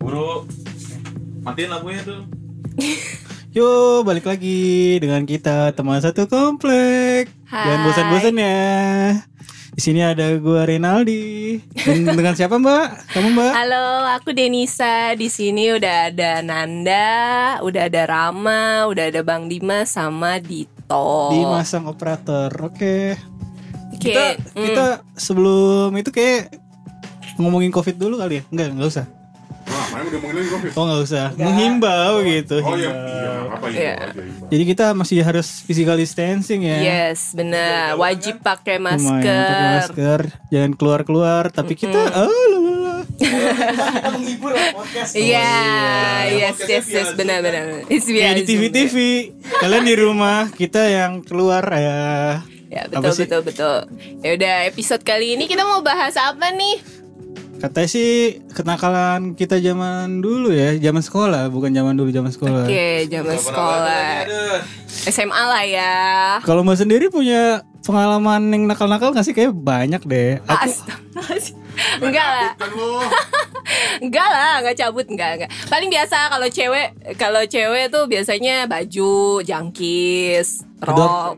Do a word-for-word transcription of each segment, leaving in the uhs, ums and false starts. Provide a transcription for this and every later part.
Bro, matiin lampunya tuh. Yo, balik lagi dengan kita teman satu komplek. Hai. Jangan bosan-bosan ya. Di sini ada gua Renaldi. Dan dengan siapa Mbak? Kamu Mbak? Halo, aku Denisa. Di sini udah ada Nanda, udah ada Rama, udah ada Bang Dimas sama Dito. Dimas sang operator. Oke. Oke. Kita mm. kita sebelum itu kayak ngomongin Covid dulu kali ya? Enggak, enggak usah. Wah, mana udah ngomongin Covid? Oh, enggak usah. Menghimbau gitu. Oh iya, himbau. iya, apa itu? Iya. Aja, imbau. Jadi kita masih harus physical distancing ya. Yes, benar. Wajib pakai Lumayan, masker. pakai masker, jangan keluar-keluar. Tapi kita, oh, lalala. Kita menghibur podcast. Iya, iya. yes, yes, yes, benar-benar. It's Kayak di T V T V. Kalian di rumah, kita yang keluar ya. Ya, Apa betul, sih? betul, betul. Ya udah, episode kali ini kita mau bahas apa nih? Katanya sih kenakalan kita zaman dulu ya, zaman sekolah, bukan zaman dulu, zaman sekolah. Oke, zaman sekolah. S M A lah ya. Kalau Mbak sendiri punya pengalaman yang nakal-nakal nggak sih? Kayak banyak deh. Aku, Astaga. Enggak lah. Kan lo. Enggak lah, enggak cabut, enggak, enggak. Paling biasa kalau cewek, kalau cewek tuh biasanya baju, jangkis, rok.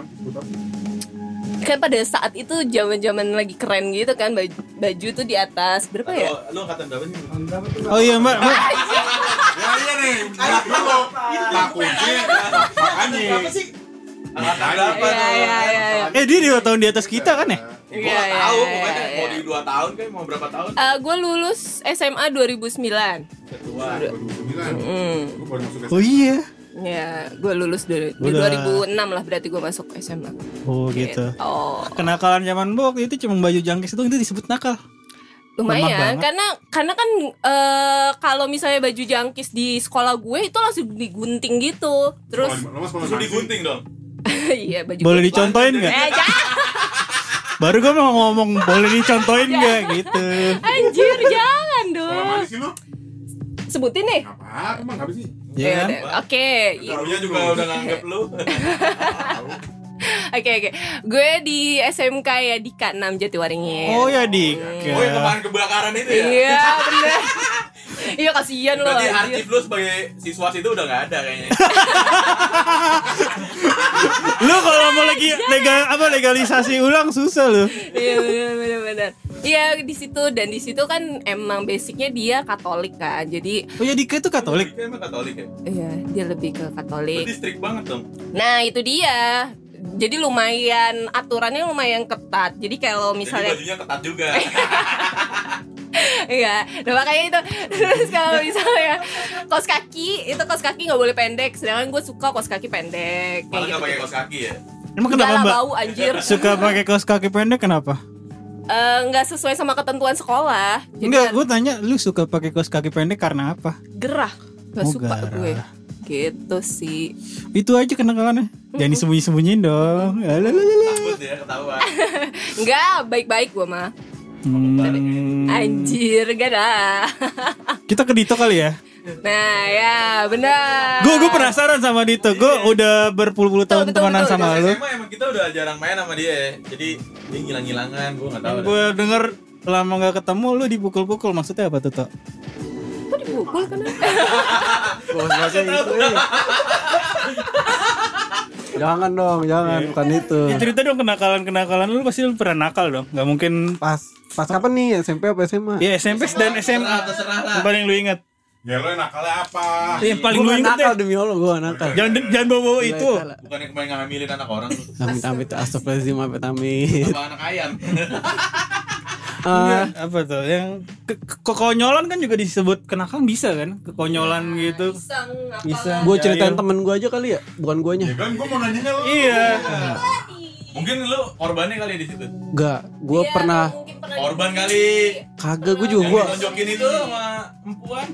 Kan pada saat itu zaman-zaman lagi keren gitu kan, baju, baju tuh di atas berapa ya? Lu angkatan berapa nih? Berapa tuh? oh iya Mbak, Mbak. Ya iya nih, berat lo. Takutnya makanya. Berapa sih? Angkatan berapa Iya, tuh? iya, iya, iya. Eh dia dua tahun di atas kita kan ya? Gua Iya, nggak iya, tahu, iya, pokoknya iya. mau di dua tahun kan, mau berapa tahun? Eh, gue lulus S M A dua ribu sembilan. Ketua. dua ribu sembilan. Hmm. Gue baru masuk S M A. Oh iya. Ya, gue lulus dari di Udah. dua ribu enam lah, berarti gue masuk S M A. Oh gitu. Oh, Kenakalan zaman waktu itu cuma baju jangkis itu itu disebut nakal. Lemah lumayan banget. karena karena kan eh, kalau misalnya baju jangkis di sekolah gue itu langsung digunting gitu. Terus Lo mas kalau Terus digunting dong. iya baju Boleh gue- dicontohin nggak? Eh, jangan. Baru gue mau ngomong boleh dicontohin nggak gitu. Anjir, jangan Kalau dong. mana sih lo? Sebutin nih. Apa? Emang apa sih? Ya kan? Ya udah, Oke. Gurunya juga udah nganggep lu. Oke oke. Gue di S M K ya di K enam Jatiwaringin. Oh ya dik. Oh yang kemarin kebakaran itu ya? Iya, bener. Iya, kasihan loh. Berarti anjir. arsip lu sebagai siswa situ udah gak ada kayaknya. Lu kalau mau lagi legal apa legalisasi ulang susah lu. Iya benar benar benar. Iya di situ, dan di situ kan emang basicnya dia Katolik kan. Jadi Oh ya Dika itu Katolik. Dia emang Katolik ya? iya dia lebih ke Katolik. Berarti strict banget dong. Nah itu dia. Jadi lumayan aturannya lumayan ketat. Jadi kalau Jadi misalnya bajunya ketat juga. iya, nah makanya itu. Terus kalau misalnya kaos kaki, itu kaos kaki nggak boleh pendek. Sedangkan gue suka kaos kaki pendek. Malah Kayak gak gitu. pakai kaos kaki ya? Emang Enggak kenapa lah, Mbak? bau anjir. Suka pakai kaos kaki pendek kenapa? Eh, nggak sesuai sama ketentuan sekolah. Jadi Enggak, kan gue tanya lu suka pakai kaos kaki pendek karena apa? gerah. Gak Oh, suka gerah. gue. Gitu sih. Itu aja kenakalannya. Jangan disembunyi-sembunyiin dong. Lalalala. Takut ya ketahuan. Enggak, baik-baik gue mah. Hmm. Anjir, gak dah. Kita ke Dito kali ya. Nah ya benar. Gue gue penasaran sama Dito. Gue udah berpuluh-puluh tahun Betul, betul, temenan betul. sama Pas lu. S M A emang kita udah jarang main sama dia ya. Jadi dia ngilang-ngilangan, gue gak tahu. Gue denger lama gak ketemu lu dipukul-pukul. Maksudnya apa tuh Tok? Kok dipukul kan? Bos-bosnya itu ya. Jangan dong, jangan, bukan itu. Ya, cerita dong kenakalan-kenakalan lu pasti lu pernah nakal dong. Gak mungkin. Pas pas kapan nih, S M P apa S M A? Ya S M P dan S M A. Terserah lah. Yang paling lu ingat. Ya lo nakalnya apa? Yang paling Gua lu nggak ingat nakal deh. demi Allah, gue nakal. Jangan jangan bawa-bawa itu. Bukannya kemarin ngambilin anak orang lu. Amit amit, astagfirullahaladzim, amit amit. Apa anak ayam? Ah, Apa tuh? Yang ke- ke- kekonyolan kan juga disebut kenakalan bisa kan? Kekonyolan gitu. Iseng, apa Bisa. lah. gue ceritain Jahil. temen gue aja kali ya, bukan guanya. Ya kan gue mau nanyanya lo. Iya. Mungkin lu korbannya kali di situ. Enggak, gue Iya, pernah mungkin pernah Korban dipukulin. kali. kagak, gue juga Yang gue ditonjokin itu sama empuan.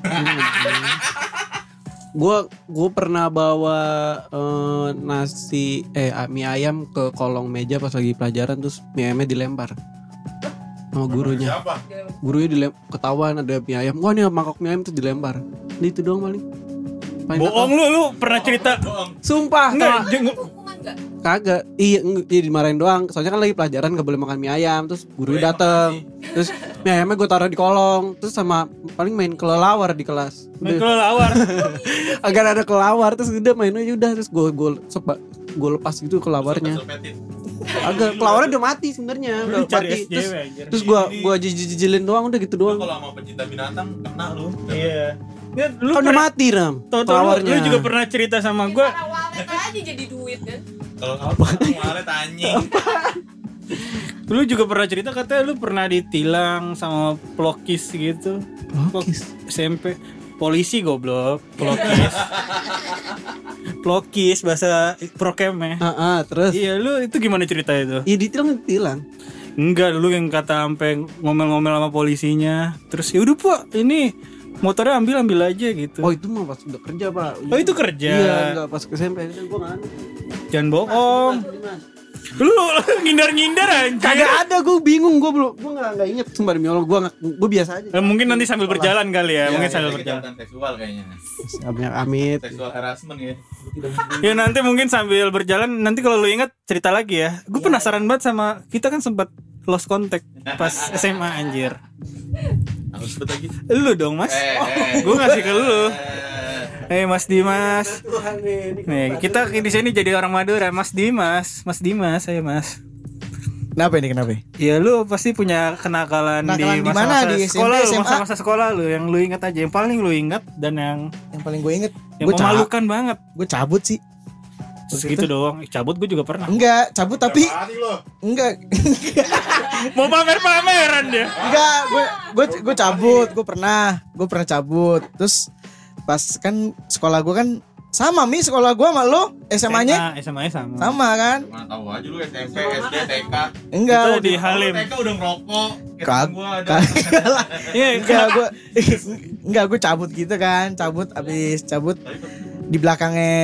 gue gue pernah bawa eh, nasi eh mie ayam ke kolong meja pas lagi pelajaran, terus mie ayamnya dilempar sama gurunya. Siapa? Gurunya dilem ketahuan ada mie ayam. Wah, ini mangkok mie ayam, terus dilempar. Ini itu doang paling. Paling Bohong lu, lu pernah cerita? Bohong. Sumpah, Enggak, sama- jeng- Hukuman Enggak. Kagak. Iya, eng- iya dimarahin doang. Soalnya kan lagi pelajaran gak boleh makan mie ayam. Terus guru Gue dateng. Terus mie ayamnya gue taruh di kolong. Terus sama paling main kelelawar di kelas. Main Udah. kelelawar. Agar ada kelelawar. Terus udah main aja udah. Terus gue gue gue lepas gitu kelawarnya. Sopetin. Agak kelawarnya udah mati sebenarnya. Udah Lu cari mati. S J Terus W anjir. terus gue gue jijilin doang udah gitu Lu doang. kalau sama pecinta binatang kena lu. Iya. Ya, lu Kan udah pernah- mati Ram. Tahu-tahu lu, Kelawarnya. lu juga pernah cerita sama gue. Cara walet aja jadi duit kan. Kalau apa? Walet anjing. Lu juga pernah cerita katanya lu pernah ditilang sama pelokis gitu. Pelokis? S M P. Polisi goblok, pelokis. Pelokis bahasa prokemnya. Ah, ah, terus. Iya, lu itu gimana cerita itu? Iya ditilang ditilang. Enggak, dulu yang kata sampai ngomel-ngomel sama polisinya. Terus ya udah Pak, ini motornya ambil ambil aja gitu. Oh itu mah pas udah kerja pak. Oh, itu kerja. Iya enggak pas ke S M P itu gue nggak. Jangan bohong. Lu ngindar-ngindar anjir. Kagak ada, gue bingung, gue belum, gue nggak nggak inget sumpah demi Allah, gue nggak, gue biasa aja. Eh, mungkin nanti sambil berjalan kali ya, Iya, mungkin iya, sambil iya, berjalan. kejahatan seksual kayaknya. Amit, amit. Seksual harassment ya. Ya nanti mungkin sambil berjalan, nanti kalau lu ingat cerita lagi ya. Gue penasaran banget sama kita kan sempat lost contact pas S M A anjir. Aku sebut lagi. Lu dong mas, Eh, eh. gue ngasih ke lu. Eh, Eh Mas Dimas, nih kita di sini jadi orang Madura, Mas Dimas, Mas Dimas, saya Mas. Kenapa ini kenapa? Ya lu pasti punya kenakalan, Kenakalan di di mana? masa-masa Di S M P, sekolah lu, S M A? masa-masa sekolah lu yang lu ingat aja, yang paling lu ingat dan yang Yang paling gue inget, yang gue cabut, memalukan banget. gue cabut sih. Segitu doang. Eh, cabut gue juga pernah. Enggak, cabut tapi Hati lo. enggak, Mau pamer-pameran dia. enggak. Gue gue gue cabut, gue pernah, gue pernah cabut. Terus pas kan sekolah gue kan sama mi sekolah gue sama lo S M A-nya S M A-nya sama. sama kan? Mana tahu aja lu S M P, S D, T K. Enggak, Itu waktu- di Halim. T K udah ngerokok. Kayak Kag- temen gua ada. kagak lah. Iya, Enggak gue enggak gue cabut gitu kan, cabut abis cabut di belakangnya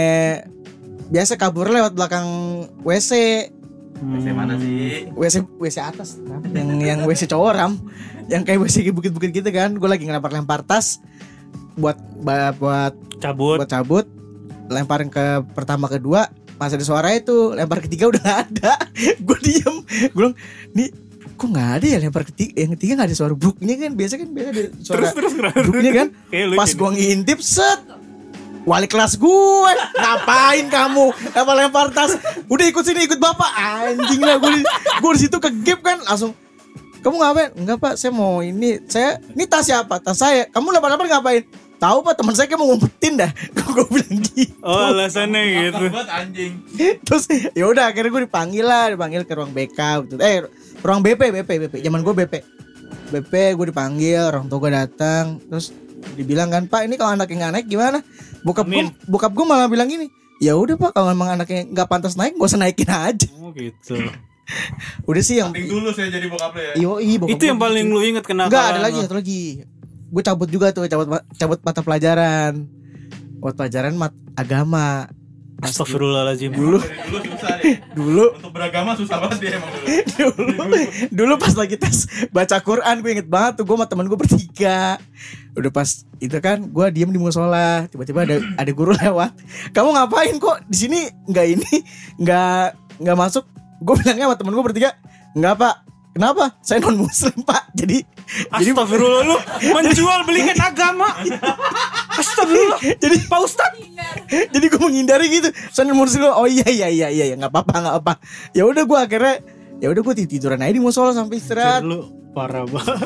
biasa kabur lewat belakang W C. Hmm. S M mana sih? W C W C atas Ram. yang yang W C cowok Ram, yang kayak W C bukit-bukit gitu kan. Gue lagi ngelempar-lempar tas buat ba- buat cabut. buat cabut, lemparin ke pertama kedua, pas ada suara itu lempar ketiga udah gak ada. Gue diem, gue bilang nih kok nggak ada ya lempar ketiga, yang ketiga nggak ada suara bruknya kan, biasa kan biasa ada suara Terus terus kenapa? bruknya kan. Kayak lucu Pas nih. gue ngintip set, wali kelas gue, ngapain kamu lempar-lempar tas, udah ikut sini ikut bapak, anjing lah gue gue di situ kegep kan, langsung kamu ngapain? Enggak pak, saya mau ini, saya ini tas siapa? Tas saya. Kamu lempar-lempar ngapain? Tahu pak, teman saya kayak mau ngumpetin dah. Gue bilang gitu. Oh alasannya gitu. Buat anjing. Terus ya udah akhirnya gue dipanggil lah, dipanggil ke ruang B K gitu. Eh ruang B P, B P, B P. Zaman gue B P. B P gue dipanggil, orang tua gue datang, terus dibilang kan pak ini kalau anaknya nggak naik gimana? Bokap gue, Amin. bokap gue malah bilang gini. Ya udah pak, kalau emang anaknya nggak pantas naik, gak usah naikin aja. Oh gitu. Udah sih yang Penting dulu saya jadi bokap lu ya. iyo i bokap Itu gue yang paling gitu. lu inget kenapa? Enggak, ada lagi satu lagi. Gue cabut juga tuh, cabut cabut mata pelajaran. Buat pelajaran mat agama. Astagfirullahaladzim. Dulu Dari dulu susah deh. dulu Untuk beragama susah banget dia emang dulu. dulu dulu pas lagi tes baca Quran gue inget banget tuh, gue sama temen gue bertiga. Udah pas itu kan gue diem di musola, tiba-tiba ada ada guru lewat. Kamu ngapain kok di sini nggak ini nggak nggak masuk? Gue bilangnya sama temen gue bertiga, nggak pak. Kenapa? Saya non muslim pak. Jadi jadi Astagfirullah lu menjual belikan agama. Astagfirullah. jadi Pak Ustad. jadi gue menghindari gitu. Saya non muslim. Oh iya iya iya iya nggak apa-apa nggak apa. Ya udah gue akhirnya ya udah gue tiduran aja di musola sampai istirahat. Lu parah banget.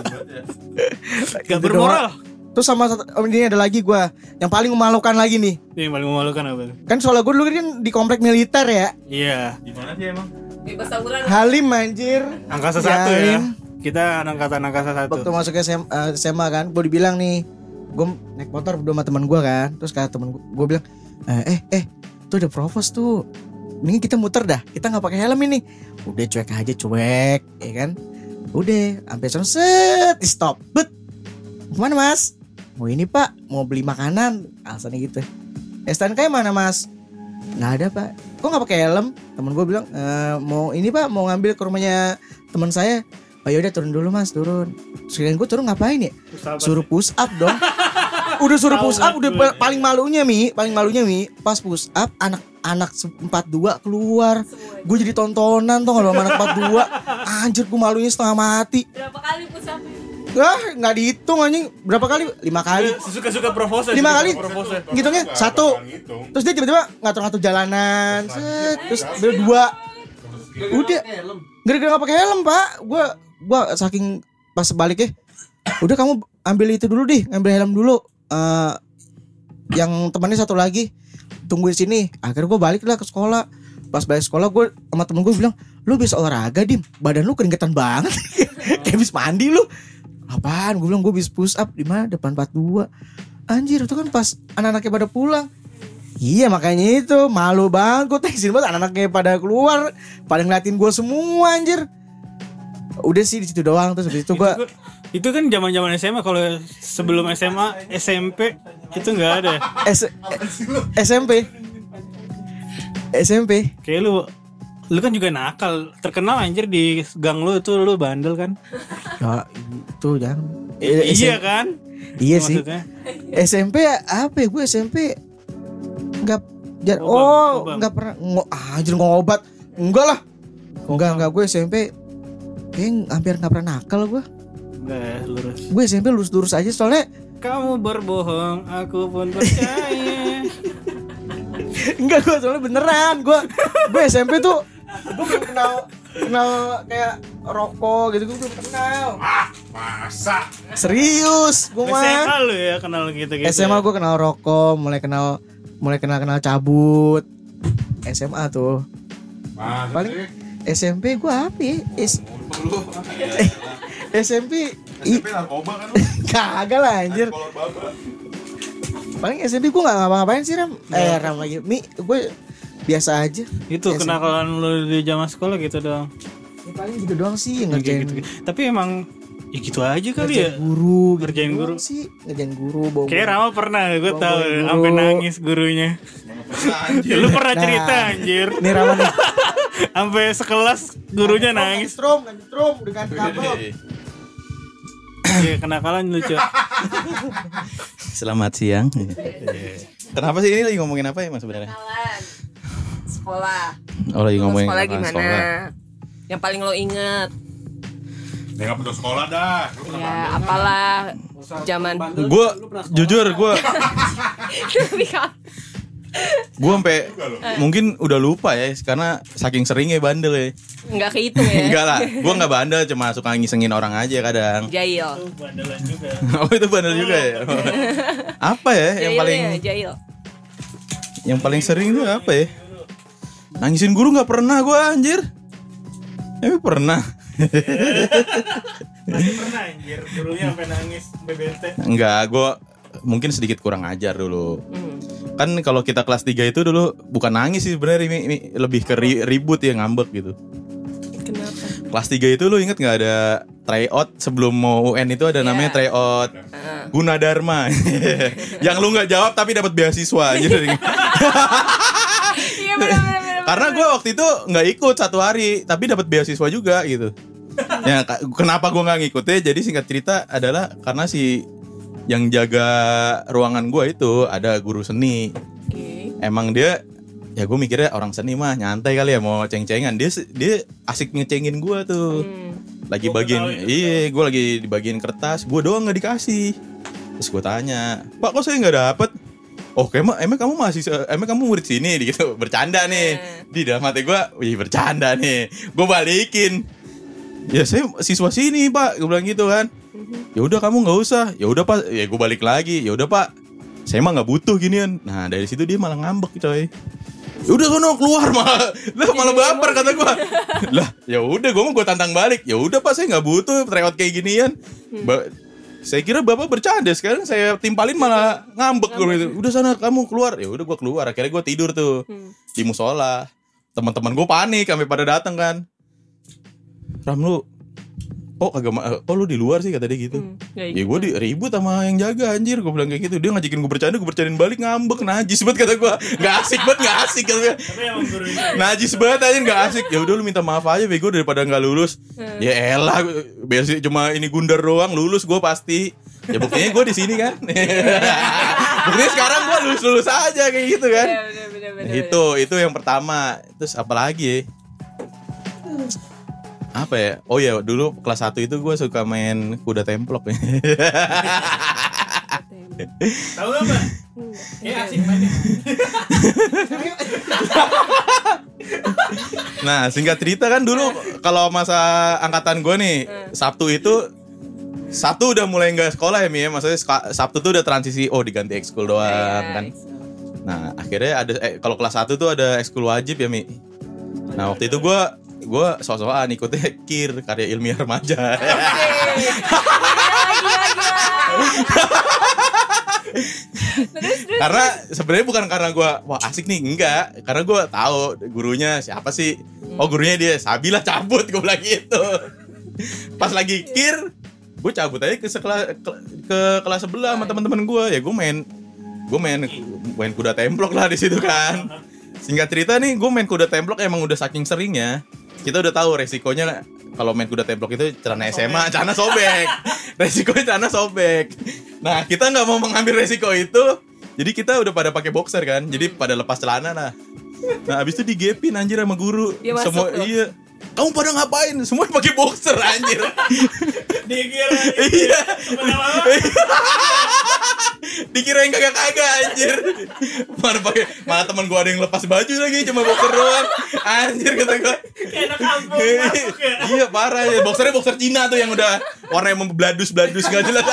Gak Gitu bermoral. doang. Terus sama satu, oh, ini ada lagi gue yang paling memalukan lagi nih. Ini paling memalukan apa? Kan soalnya gue dulu kan di komplek militer ya. Iya. Di mana sih emang? Bebas tawuran. Halim anjir. Angkasa satu ya. Halim. Kita angkatan angkasa satu. Waktu masuk S M A, S M A kan, gue dibilang nih, gue naik motor berdua sama teman gue kan. Terus kata temen gue, gue bilang, eh eh eh, tuh ada provos tuh. Mending kita muter dah. Kita nggak pakai helm ini. Udah cuek aja cuek, ya kan. Udah, sampai sana set, di stop. Bet. Kemana mas? Mau ini pak, mau beli makanan. Alasannya gitu. S T N K mana mas? Nggak ada pak. Kok nggak pakai helm? Temen gue bilang, e, mau ini pak, mau ngambil ke rumahnya teman saya. Oh yaudah turun dulu mas, turun. Sekalian gue turun ngapain ya? Suruh push up dong. Udah suruh push up, udah pa- paling malunya Mi, paling malunya Mi, pas push up anak anak empat dua keluar. Gue jadi tontonan tuh kalau sama anak empat dua. Anjir gue malunya setengah mati. Berapa kali push up? Wah gak dihitung anjing. Berapa kali? Lima kali. Suka-suka proposal. Lima kali. Proposal. Ngitungnya satu. Terus dia tiba-tiba ngatur-ngatur jalanan. Set. Terus berdua. Udah. Gara-gara gak pakai helm pak. Gue gue saking pas baliknya. Udah kamu ambil itu dulu deh. Ambil helm dulu. Uh, yang temannya satu lagi tungguin sini. Akhirnya gue balik lah ke sekolah. Pas balik sekolah gue sama temen gue bilang, lu bisa olahraga Dim, badan lu keringetan banget. Kayak habis mandi lu. Apaan? Gue bilang gue bisa push up di mana depan empat dua. Anjir itu kan pas anak-anaknya pada pulang. Iya makanya itu malu banget. Gue tensin banget anak-anaknya pada keluar, pada ngeliatin gue semua anjir. Udah sih di situ doang. Terus habis itu gue Itu kan zaman-zaman S M A. Kalau sebelum S M A, S M P itu nggak ada. S- S M P S M P Kayak lu, lu kan juga nakal. Terkenal anjir di gang lu itu lu bandel kan? ya, itu jangan. I- S M- iya kan? Iya sih. Maksudnya. S M P apa ya? Gue S M P nggak jar- Ngobam, oh ngobam. nggak pernah ngo anjir ngobat enggak lah enggak enggak gue S M P kayak hampir nggak pernah nakal gue. Enggak ya, lurus. Gue S M P lurus-lurus aja soalnya. Kamu berbohong, aku pun percaya. Enggak gue soalnya beneran gue gue S M P tuh gue belum kenal kenal kayak rokok gitu gue belum kenal. Ah, masa? Serius gue S M A mah. lu ya kenal gitu-gitu. S M A gue kenal rokok, mulai kenal mulai kenal kenal cabut. S M A tuh. Masa Paling sih? S M P gue apa ya? S- Lu. S M P S M P narkoba kan lu? kagak lah anjir. Kolor baba. Paling S M P gue gak ngapa-ngapain sih Ram. Eh Ram lagi Mi gue biasa aja. Itu S M P. kenakalan lu di zaman sekolah gitu doang. Ya, paling gitu doang sih Kayak ngerjain gitu, Tapi emang ya gitu aja kali ya. ngerjain guru gitu Ngerjain doang guru. sih. Ngerjain guru bawa Kayak Rama pernah, gue Bawa tahu guru. sampai nangis gurunya. Anjir. Lu pernah Nah. cerita anjir. Ini Rama nih. Sampai sekelas gurunya nangis. Strom, ganti strom dengan kabel. Iya, kenakalan lucu. Selamat siang. Kenapa sih ini lagi ngomongin apa ya mas sebenarnya? Kenalan. Sekolah. Oh lagi Lu ngomongin sekolah kenakalan gimana? sekolah. Yang paling lo inget? Ya nggak perlu sekolah dah. Lu pernah Ya bandel. apalah zaman. Gue jujur gue gue sampai mungkin udah lupa ya karena saking seringnya bandel ya. Nggak kehitung ya. Enggak lah, gue nggak bandel cuma suka ngisengin orang aja kadang. Jail. Bandelan juga. Oh itu bandel juga ya. Apa ya yang Jail paling ya, jail. yang paling sering tuh apa ya? Nangisin guru nggak pernah gue anjir. Emang pernah? Masih pernah anjir, gurunya sampai nangis, sampai bete. Enggak, gue mungkin sedikit kurang ajar dulu. Hmm. Kan kalau kita kelas tiga itu dulu bukan nangis sih sebenarnya Mi, Mi. Lebih ke ri- ribut ya ngambek gitu. Kenapa? Kelas tiga itu lu inget gak ada tryout sebelum mau U N itu ada Iya. namanya tryout Uh. Gunadarma. Yang lu gak jawab tapi dapat beasiswa aja. Iya benar-benar. Karena gue waktu itu gak ikut satu hari tapi dapat beasiswa juga gitu. Ya ka- kenapa gue gak ngikutnya? Jadi singkat cerita adalah karena si yang jaga ruangan gue itu ada guru seni. Oke. Emang dia ya gue mikirnya orang seni mah nyantai kali ya mau ceng-cengan. Dia dia asik ngecengin gue tuh. Hmm. Lagi Gua bagiin ketahui. iya gue lagi dibagiin kertas gue doang nggak dikasih. Terus gue tanya, Pak kok saya nggak dapet? Oh emang emang kamu masih emang kamu murid sini gitu bercanda nih. Di dalam hati gue wih bercanda nih. Gue balikin, ya saya siswa sini Pak, gue bilang gitu kan. Ya udah kamu nggak usah. Ya udah Pak, ya gue balik lagi. Ya udah Pak, saya mah nggak butuh ginian. Nah dari situ dia malah ngambek coy. Ya udah sono keluar malah, lah malah baper kata gue. Lah ya udah gue mau gue tantang balik. Ya udah Pak saya nggak butuh tryout kayak ginian. Ba- saya kira bapak bercanda, sekarang saya timpalin malah ngambek gue gitu. Udah sana kamu keluar. Ya udah gue keluar. Akhirnya gue tidur tuh di musola. Teman-teman gue panik sampai pada datang kan. Ram lu, kok kagak ma- kok lu di luar sih kata dia gitu. Hmm, ya Ya gue di ribut sama yang jaga anjir. Gue bilang kayak gitu. Dia ngajakin gue bercanda, gue bercandain balik ngambek. Najis banget kata gue. Gak asik banget, gak asik kata gue. Tapi emang gurunya Najis banget aja gak asik. Ya udah lu minta maaf aja bego daripada gak lulus. Ya elah, biasa cuma ini gundar doang, lulus gue pasti. Ya buktinya gue di sini kan. Buktinya sekarang gue lulus-lulus aja kayak gitu kan. Iya benar-benar. Itu itu yang pertama. Terus apa lagi ya? Apa ya? Oh ya, dulu kelas satu itu gue suka main kuda templok. Tahu nggak Mbak? Ya asik banget. Nah, singkat cerita kan dulu kalau masa angkatan gue nih, Sabtu itu Sabtu udah mulai nggak sekolah ya Mi ya. Maksudnya Sabtu tuh udah transisi, oh diganti ekskul doang Ya, kan. Nah, akhirnya ada eh, kalau kelas satu tuh ada ekskul wajib ya Mi. Nah, waktu itu gue gue sok-sokan ikutnya K I R, karya ilmiah remaja. Terus, terus. Karena sebenarnya bukan karena gue wah asik nih, enggak. Karena gue tahu gurunya siapa sih. Oh gurunya dia, Sabila cabut, gue bilang gitu. Pas lagi K I R, gue cabut aja ke sekelas ke, ke kelas sebelah sama teman-teman gue. Ya gue main gue main main kuda templok lah di situ kan. Singkat cerita nih, gue main kuda templok emang udah saking seringnya. Kita udah tahu resikonya kalau main kuda templok itu celana S M A, celana sobek. Resikonya celana sobek. Nah, kita nggak mau mengambil resiko itu. Jadi kita udah pada pakai boxer kan. Jadi pada lepas celana lah. Nah, abis itu digepin anjir sama guru. Dia masuk Semua loh. iya. Kamu pada ngapain? Semua pakai boxer anjir. Dikira Iya. lama-lama Dikirain kagak-kagak anjir. Mana pakai mana teman gua ada yang lepas baju lagi cuma boxer doang. Anjir kata gua. kayak anak kampung masuk ya. Iya parah ya. Boxernya boxer Cina tuh yang udah warnanya membladus-bladus enggak jelas.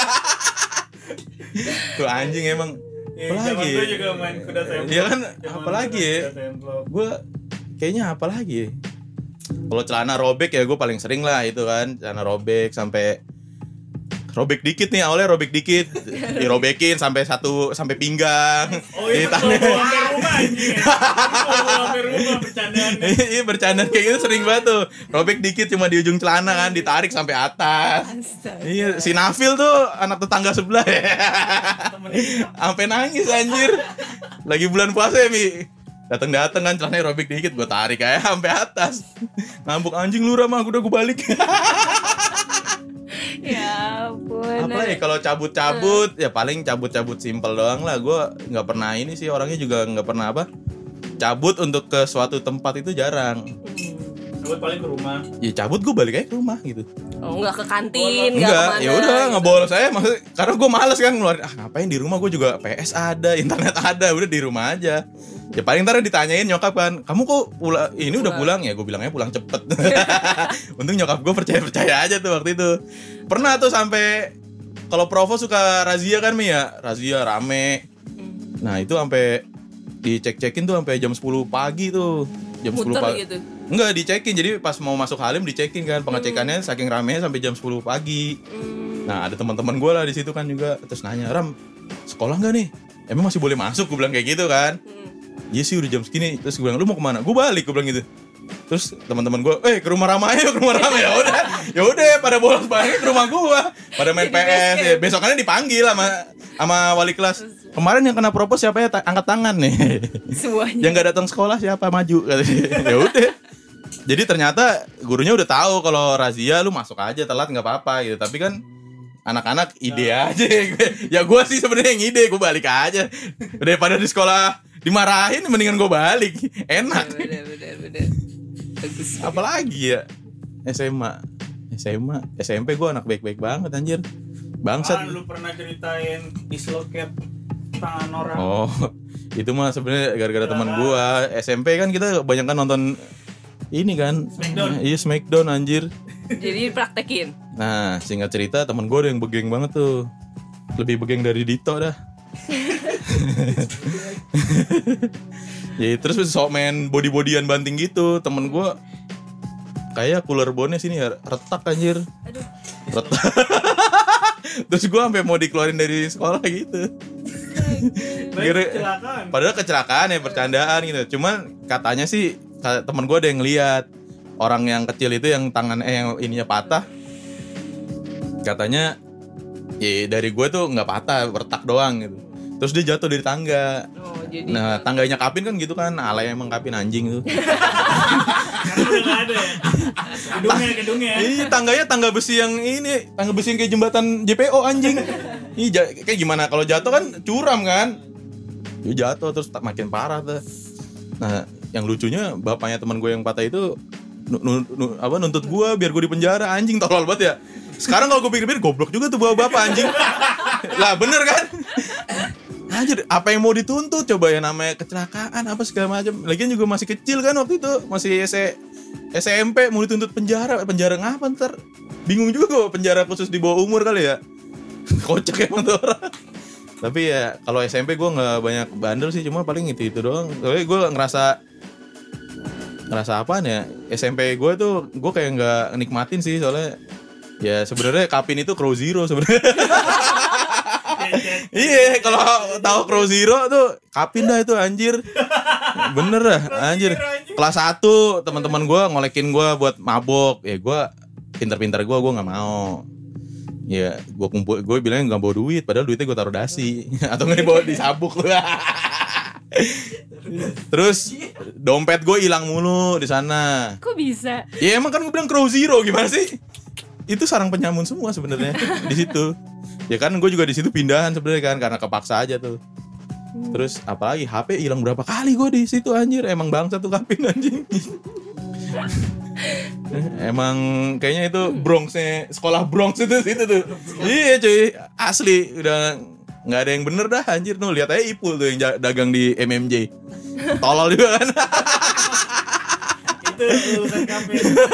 Tuh anjing emang. Iya, Apalagi zaman ya? gue juga main kuda templok. Iya kan, Zaman apalagi kuda ya? templok. Gue kayaknya apa lagi ya? Kalau celana robek ya gue paling sering lah itu kan. Celana robek sampai robek dikit nih, awalnya robek dikit, dirobekin sampai satu sampai pinggang. Oh itu Ditanya- bawa hampir rumah anjing ya. Bawa hampir rumah bercandaan. Iya bercanda kayak gitu sering banget tuh. Robek dikit cuma di ujung celana kan, ditarik sampai atas. Astaga. Iya, si Nafil tuh anak tetangga sebelah ya. Sampai nangis anjir. Lagi bulan puasa ya, Mi. Dateng-dateng kan celananya robek dikit, gue tarik aja sampai atas. Ngambuk anjing lu Rama, udah gue balik. Ya ampun. Apa ya kalau cabut-cabut ya paling cabut-cabut simpel doang lah. Gue nggak pernah ini sih, orangnya juga nggak pernah apa. Cabut untuk ke suatu tempat itu jarang. Cabut paling ke rumah. Ya cabut gue balik aja ke rumah gitu. Oh, enggak ke kantin, Enggak, kemana, ya udah gitu. ngebolos saya maksud karena gue males kan ngeluarin ah ngapain di rumah, gue juga P S ada, internet ada, udah di rumah aja. Ya paling ntar ditanyain nyokap kan, kamu kok pulang ini udah pulang ya, gue bilangnya pulang cepet. Untung nyokap gue percaya percaya aja tuh waktu itu. Pernah tuh sampai kalau Provo suka razia kan Mi ya, razia rame. Nah itu sampai dicek-cekin tuh sampai jam sepuluh pagi tuh, jam sepuluh Muter pagi. gitu. Enggak dicekin, jadi pas mau masuk Halim dicekin kan, pengecekannya saking ramenya sampai jam sepuluh pagi. Nah ada teman-teman gue lah di situ kan juga, terus nanya Ram sekolah nggak nih? Emang masih boleh masuk? Gue bilang kayak gitu kan. Iya sih udah jam segini. Terus gue bilang lu mau kemana? Gue balik, gue bilang gitu. Terus teman-teman gue, eh ke rumah Rama aja, ke rumah Rama ya udah, ya udah pada bolos banget ke rumah gue, pada main P S. Ya, besokannya dipanggil sama sama wali kelas. Kemarin yang kena propose siapa ya? Ta- angkat tangan nih. Semuanya. Yang nggak datang sekolah siapa, maju katanya. Ya udah. Jadi ternyata gurunya udah tahu kalau razia lu masuk aja telat nggak apa-apa gitu. Tapi kan anak-anak ide aja. Ya gue sih sebenarnya yang ide, gue balik aja. Daripada di sekolah dimarahin, mendingan gue balik. Enak. Bener, bener, bener. Bagus. Apalagi ya S M A, S M A, S M P gue anak baik-baik banget anjir. Bangsat. Apaan lu pernah ceritain dislocate tangan orang? Oh, itu mah sebenarnya gara-gara teman gua. S M P kan kita kebanyakan nonton ini kan. Smackdown. Iya, Smackdown anjir. Jadi praktekin. Nah, singkat cerita teman gua ada yang begeng banget tuh. Lebih begeng dari Dito dah. Ya terus sok main body-bodyan banting gitu. Temen gua kayak cooler bone sini ya retak anjir. Aduh. Retak. Terus gua sampai mau dikeluarin dari sekolah gitu. Baik Gara- kecelakaan. Padahal kecelakaan ya, bercandaan gitu. Cuman katanya sih kata teman gue ada yang lihat orang yang kecil itu yang tangan eh yang ininya patah. Katanya ya dari gue tuh nggak patah, retak doang gitu. Terus dia jatuh dari tangga. Oh, jadi Nah tangganya Kapin kan gitu kan, alay emang Kapin anjing tuh. Karena udah nggak ada ya. Gedungnya, gedungnya. Iya tangganya tangga besi yang ini, tangga besi yang kayak jembatan J P O anjing. Iya ja- kayak gimana kalau jatuh kan curam kan. Dia jatuh terus tak makin parah tuh. Nah, yang lucunya bapaknya teman gue yang patah itu nu, nu, nu, apa nuntut gue biar gue di penjara. Anjing tolol banget ya. Sekarang kalau gue pikir-pikir goblok juga tuh bapak anjing. Lah bener kan? Anjir, apa yang mau dituntut coba ya, namanya kecelakaan apa segala macam. Lagian juga masih kecil kan waktu itu, masih S M P mau dituntut penjara. Penjara ngapa ntar? Bingung juga kok, penjara khusus di bawah umur kali ya. Kocak emang tuh orang. Tapi ya kalau S M P gue nggak banyak bandel sih, cuma paling itu itu doang. Soalnya gue ngerasa ngerasa apaan ya, S M P gue tuh gue kayak nggak nikmatin sih, soalnya ya sebenarnya Kapin itu Crow Zero sebenarnya. Iya, kalau tahu Crow Zero tuh Kapin dah itu anjir. Bener dah anjir. Kelas satu teman-teman gue ngolekin gue buat mabok, ya gue pinter-pinter gue gue nggak mau. Ya, gue kumpul, gue bilangnya nggak bawa duit, padahal duitnya gue taruh dasi atau nggak dibawa di sabuk lu. Terus dompet gue hilang mulu di sana. Kok bisa? Ya emang kan gue bilang Crow Zero, gimana sih? Itu sarang penyamun semua sebenarnya di situ. Ya kan gue juga di situ pindahan sebenarnya kan, karena kepaksa aja tuh. Terus apalagi H P hilang berapa kali gue di situ anjir, emang bangsa tuh Kapin anjing. Emang kayaknya itu Bronxnya, sekolah Bronx itu situ tuh. Iya cuy, asli udah nggak ada yang bener dah anjir. Nuh lihat aja Ipul tuh yang dagang di M M J, tolol juga kan. Itu urusan Kapin.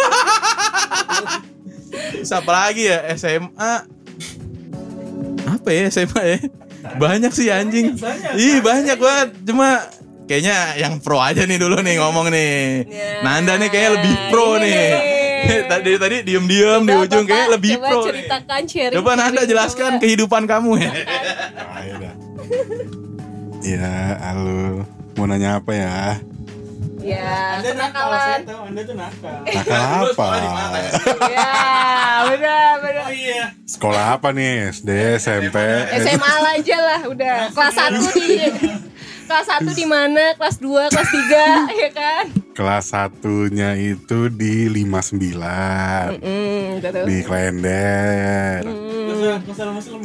Siapa lagi ya, S M A? Apa ya S M A ya? Banyak sih anjing. Ih banyak banget. Cuma kayaknya yang pro aja nih dulu nih ngomong nih. Yeah. Nanda nih kayaknya lebih pro nih. Tadi tadi diem-diem di ujung kayaknya lebih coba pro ceritakan, nih. sharing, Coba Nanda sharing, jelaskan coba. kehidupan kamu ya. Ayo dah. Ya, halo. Mau nanya apa ya? Ya, Anda nakal, saya kenakalan. tahu Anda tuh nakal. Nakal Lu apa? sekolah di mana ya? Ya, benar, benar. Oh iya. Sekolah apa nih? S D, S M P? S M A lah aja lah, udah. Kelas satu di kelas satu di mana? Kelas dua, kelas tiga, ya kan? Kelas satunya itu di lima puluh sembilan. Hmm, gitu. Di Klender. Masalah Muslim.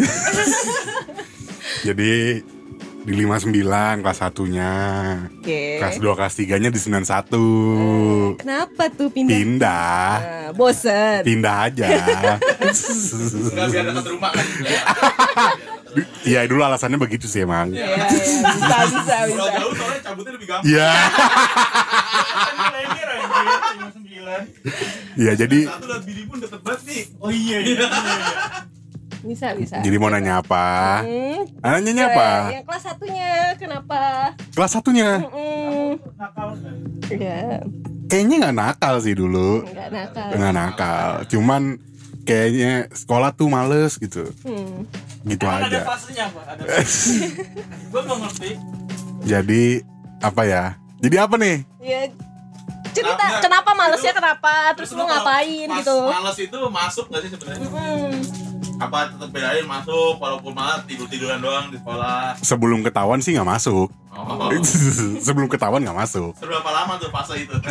Jadi di lima puluh sembilan kelas satunya. Oke. Kelas dua, kelas tiganya di sembilan puluh satu. Kenapa tuh pindah? Pindah. Nah, bosen. Pindah aja. Enggak biar dekat rumah kan. Iya dulu alasannya begitu sih emang. Ya, ya, bisa, bisa, Kalau bisa. jauh soalnya cabutnya lebih gampang. Iya. Lengger anjir, lima puluh sembilan. Iya jadi Satu lihat bini pun deket banget nih. Oh iya iya. Bisa, bisa. jadi mau nanya apa? Hmm. Ah, nanyanya apa? Yang kelas satunya, kenapa? Kelas satunya. Hmm. Nakal kan. Ya, Kayaknya nggak nakal sih dulu. nggak nakal. Nggak nakal. Cuman kayaknya sekolah tuh males gitu. Hmm. Gitu Emang ada aja. fasenya apa? Ada fasenya. Gue nggak ngerti. Jadi apa ya? Jadi apa nih? Ya, cerita Nah, kenapa malesnya, kenapa, terus lu kalau ngapain pas gitu. Males itu masuk nggak sih sebenarnya? Hmm. Apa tetap bedain masuk walaupun malah tidur-tiduran doang di sekolah? Sebelum ketahuan sih nggak masuk. Oh. Sebelum ketahuan nggak masuk. Berapa lama tuh fase itu?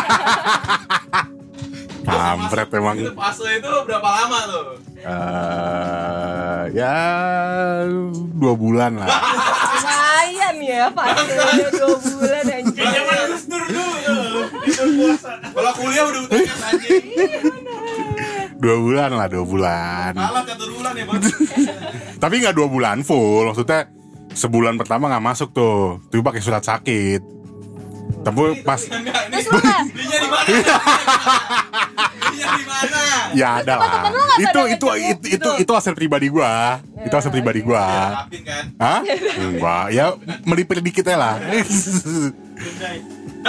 Kampret emang. Itu fase itu berapa lama tuh? Eh, ya dua bulan lah. Lumayan ya, fasenya dua bulan anjir. Kayak zaman Gus Dur dulu tuh. Tidur puasa. Kalau kuliah udah U T S anjing. Dua bulan lah, dua bulan. Kalah keturunan ya, Bang. Tapi nggak dua bulan full, maksudnya sebulan pertama nggak masuk tuh, tuh pakai surat sakit. Tapi pas Enggak, ini Terus lu nggak? belinya di mana? Belinya di mana? ya ada lah. Temen-temen lu nggak Itu pada itu ngejenguk itu itu gitu? itu hasil pribadi gua. Itu hasil pribadi gua. Rapin kan? Hah? Enggak, ya melipir dikit ya lah. Bendai.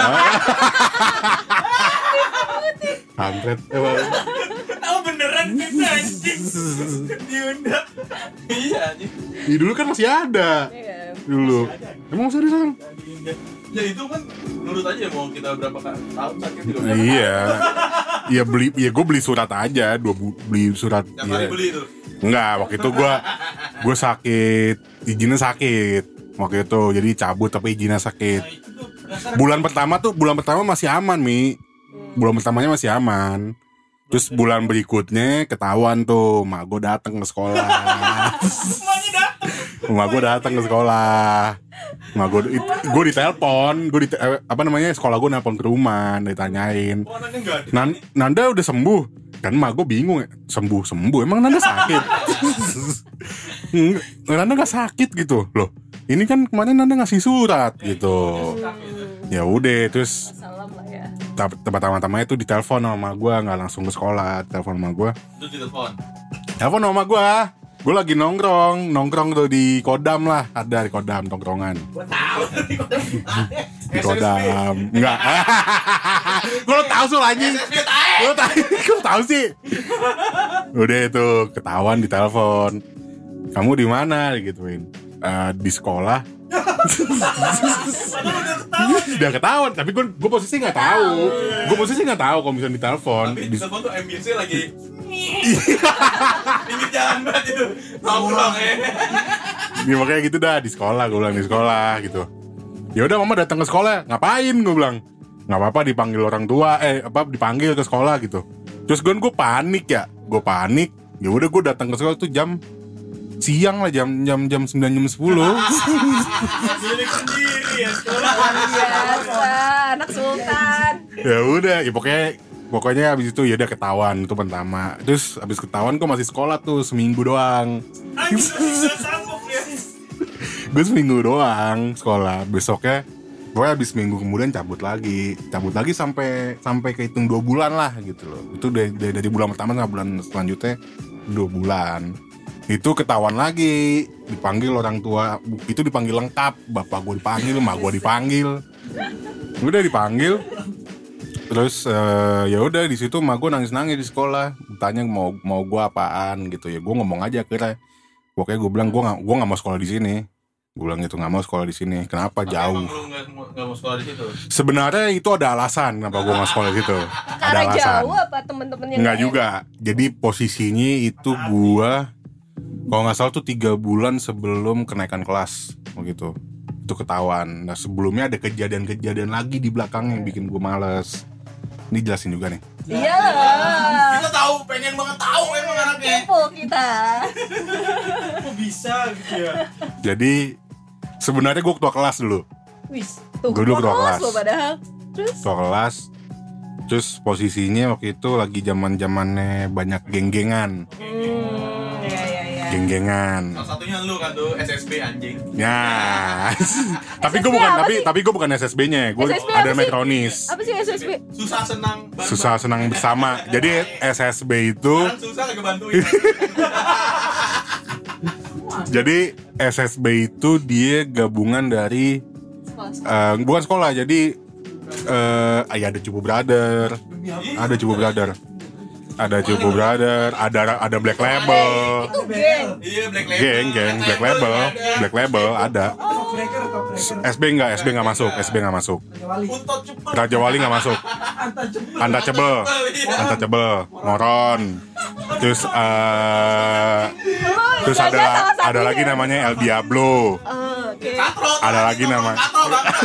Kampret. Tahu beneran kita anjing. Diundang. Iya anjing. Ini dulu kan masih ada. Iya. Dulu. Emang masih ada sekarang? Ya itu kan nurut aja mau kita berapa kali tahun sakit juga. Iya. Iya beli, ya gue beli surat aja, dua bu, beli surat. Tiap hari Iya. beli tuh. Enggak, waktu itu gue gue sakit, izinnya sakit waktu itu, jadi cabut tapi izinnya sakit. Nah, itu tuh dasar Bulan pertama tuh, bulan pertama masih aman Mi, bulan pertamanya masih aman. Terus bulan berikutnya ketahuan tuh, mak gue dateng ke sekolah. semuanya datang. emak gue datang ke sekolah. Emak gue gue ditelepon, gue di apa namanya sekolah gue nelpon ke rumah, ditanyain. Nan, Nanda udah sembuh. Kan emak gue bingung ya, sembuh sembuh emang Nanda sakit? Nanda nggak sakit gitu loh. Ini kan kemarin Nanda ngasih surat gitu. Ya udah terus pertama-tama itu ditelepon sama gue, nggak langsung ke sekolah, telepon sama gue. Terus ditelepon. Telepon sama gue, gue lagi nongkrong, nongkrong tuh di Kodam lah, ada di Kodam nongkrongan. Gue tahu di Kodam. Di Kodam, enggak. Gue lo tahu soal anjing. Gue tahu, gue tahu sih. Udah itu ketahuan di telepon. Kamu di mana? Gituin. Uh, di sekolah. Udah ketahuan, tapi gue gue posisi nggak tahu, gue posisi nggak tahu kalau misalnya ditelepon. Tapi di telepon tuh ambience lagi pinggir jalan banget itu, nongkrong ya. Dia makanya gitu dah di sekolah, gue bilang di sekolah gitu. Ya udah mama datang ke sekolah, ngapain? Gue bilang nggak apa-apa dipanggil orang tua, eh apa dipanggil ke sekolah gitu. Terus gue gue panik ya, gue panik. Ya udah gue datang ke sekolah tuh jam siang lah, jam jam jam sembilan jam sepuluh. Milik sendiri ya sekolah. Biasa, anak sultan. Ya udah, ya pokoknya pokoknya abis itu ya udah ketahuan itu pertama. Terus abis ketahuan gue masih sekolah tuh seminggu doang. Gue seminggu doang sekolah. Besoknya pokoknya abis seminggu kemudian cabut lagi, cabut lagi sampai sampai kehitung dua bulan lah gitu loh. Itu dari dari, dari bulan pertama sampai bulan selanjutnya dua bulan. Itu ketahuan lagi, dipanggil orang tua, itu dipanggil lengkap, bapak gue dipanggil, emak gue dipanggil, udah dipanggil, terus uh, ya udah di situ emak gue nangis-nangis di sekolah, tanya mau mau gue apaan gitu ya, gue ngomong aja akhirnya, pokoknya gue bilang gue nggak gue nggak mau sekolah di sini, gue bilang gitu nggak mau sekolah di sini, kenapa Tapi jauh? Emang lu nggak nggak mau sekolah di situ? Sebenarnya itu ada alasan kenapa gue nggak sekolah di situ, ada Karena alasan. jauh apa temen-temennya Enggak juga, jadi posisinya itu gue kalau nggak salah tuh tiga bulan sebelum kenaikan kelas begitu, itu ketahuan. Nah sebelumnya ada kejadian-kejadian lagi di belakang yang bikin gue males. Ini jelasin juga nih. Iya lah. Kita tahu, pengen banget tahu emang anaknya. Kepo kita. Kok bisa gitu ya? Jadi sebenarnya gue ketua kelas dulu. Wis, tuh Gue dulu ketua kelas. lo padahal. Terus Ketua kelas. Terus posisinya waktu itu lagi zaman-zamannya banyak geng-gengan. hmm, ya ya ya. Geng-gengan. Salah satunya lu kan tuh S S B anjing. Ya. tapi gue bukan tapi tapi gue bukan S S B-nya. Gue S S B ada apa sih? Metronis. Apa sih S S B? Susah senang. bareng-bareng. Susah senang bersama. Jadi S S B itu Sekarang susah kagak bantuin. jadi S S B itu dia gabungan dari uh, bukan sekolah. Jadi uh, ya ada Cupu Brother, ada Cupu Brother. Ada Cupu Brother, ada ada Black Label. Itu geng. Iya Black Label. Geng, geng, Black Label, Black Label ada. S B enggak, S B enggak masuk, S B enggak masuk. Untot cepet. Raja Wali enggak masuk. Untouchable, Untouchable, Moron. Terus uh, terus ada ada lagi namanya El Diablo. Oh, oke. Katrol. Ada lagi nama. Katrol banget.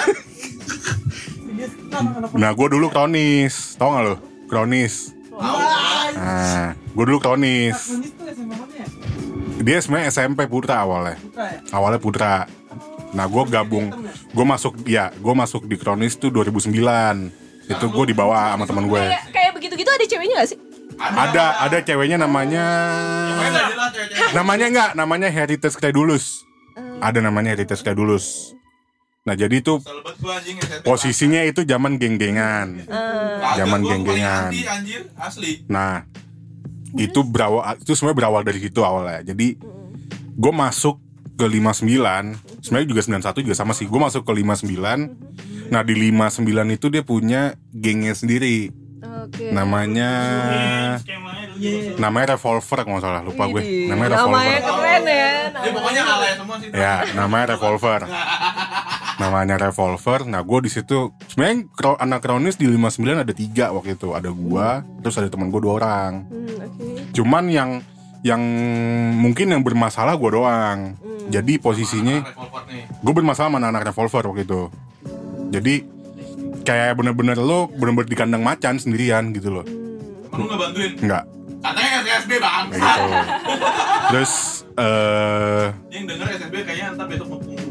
Nah, gue dulu Kronis, tau gak lo? Kronis. Nah, gue dulu Kronis. Dia sebenarnya S M P Putra awalnya. Awalnya Putra. Nah, gue gabung, gue masuk, ya, gue masuk di Kronis tuh dua ribu sembilan. Itu gue dibawa sama teman gue. Kayak kayak begitu-gitu ada ceweknya gak sih? Ada, ada ceweknya namanya, Pokoknya nggak jelas cewek-cewek. namanya enggak, namanya Heritage Credulus. Ada namanya Heritage Credulus. Nah, jadi itu Selebet gua anjing S S B. posisinya itu zaman geng-gengan. Kagak, zaman gua geng-gengan. paling anti, anjir, asli. Nah, itu berawal, itu sebenarnya berawal dari situ awalnya. Jadi, gue masuk ke lima puluh sembilan, sebenarnya juga sembilan puluh satu juga sama sih. Gue masuk ke lima puluh sembilan. Nah, di lima puluh sembilan itu dia punya gengnya sendiri. Oke. Namanya namanya Revolver kalau nggak salah, lupa gue. Namanya Namanya Revolver. keren ya. Ya pokoknya alay semua sih. Ya, namanya Revolver. Namanya Revolver. Nah, gue di situ sebenarnya kro- anak Kronis di lima puluh sembilan ada tiga waktu itu. Ada gue, terus ada teman gue dua orang. Hmm, oke. Cuman yang yang mungkin yang bermasalah gue doang. Jadi posisinya Revolver nih. gue bermasalah sama anak Revolver waktu itu. Jadi kayak bener-bener lo bener-bener di kandang macan sendirian gitu loh. Emang lu nggak bantuin? Enggak, Katanya S S B bang. kayak gitu. Terus eh Yang denger S S B kayak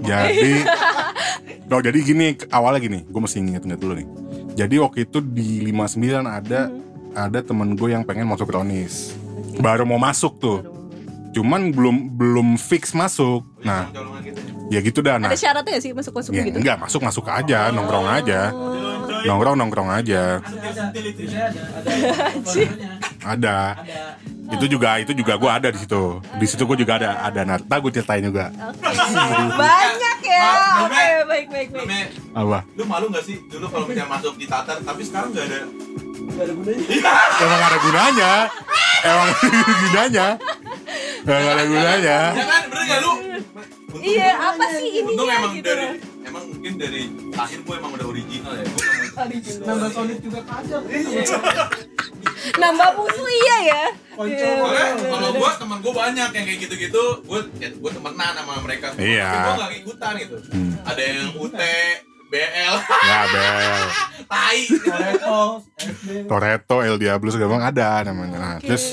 Jadi, oh, jadi gini, awalnya gini, gue mesti inget-inget dulu nih. Jadi waktu itu di lima puluh sembilan ada hmm. ada temen gue yang pengen masuk Kronis. Okay. Baru mau masuk tuh. Cuman belum belum fix masuk. Nah, ya gitu dah. Nah. Ada syaratnya gak sih masuk-masuk ya, gitu? Enggak, masuk-masuk aja, nongkrong aja. Nongkrong-nongkrong aja. Ada. Itu juga itu juga gue ada di situ. Di situ gue juga ada ada Narta, gue ceritain juga. Okay. Banyak ya. Oke, okay, baik baik baik. Apa? Lu malu gak sih dulu kalau misalnya masuk di Tatar tapi sekarang gak ada gak ada gunanya? Emang ada gunanya. Emang ada gunanya. Emang ada gunanya. Ya kan, bener gak lu? Untung iya, apa sih ininya untung emang gitu. Dari, emang mungkin dari lahir gue emang udah original ya. Gue original. Nambah solid juga kacau. Nambah musuh iya ya. Soalnya kalau gue teman gue banyak yang kayak gitu-gitu, gue ya, gue temenan sama mereka. Iya. Tapi gue gak ikutan gitu. Hmm. Ada yang U T, B L. Ya B L. Tai. Toretto, Toretto, El Diablo segala macam ada namanya. Nah, okay. Terus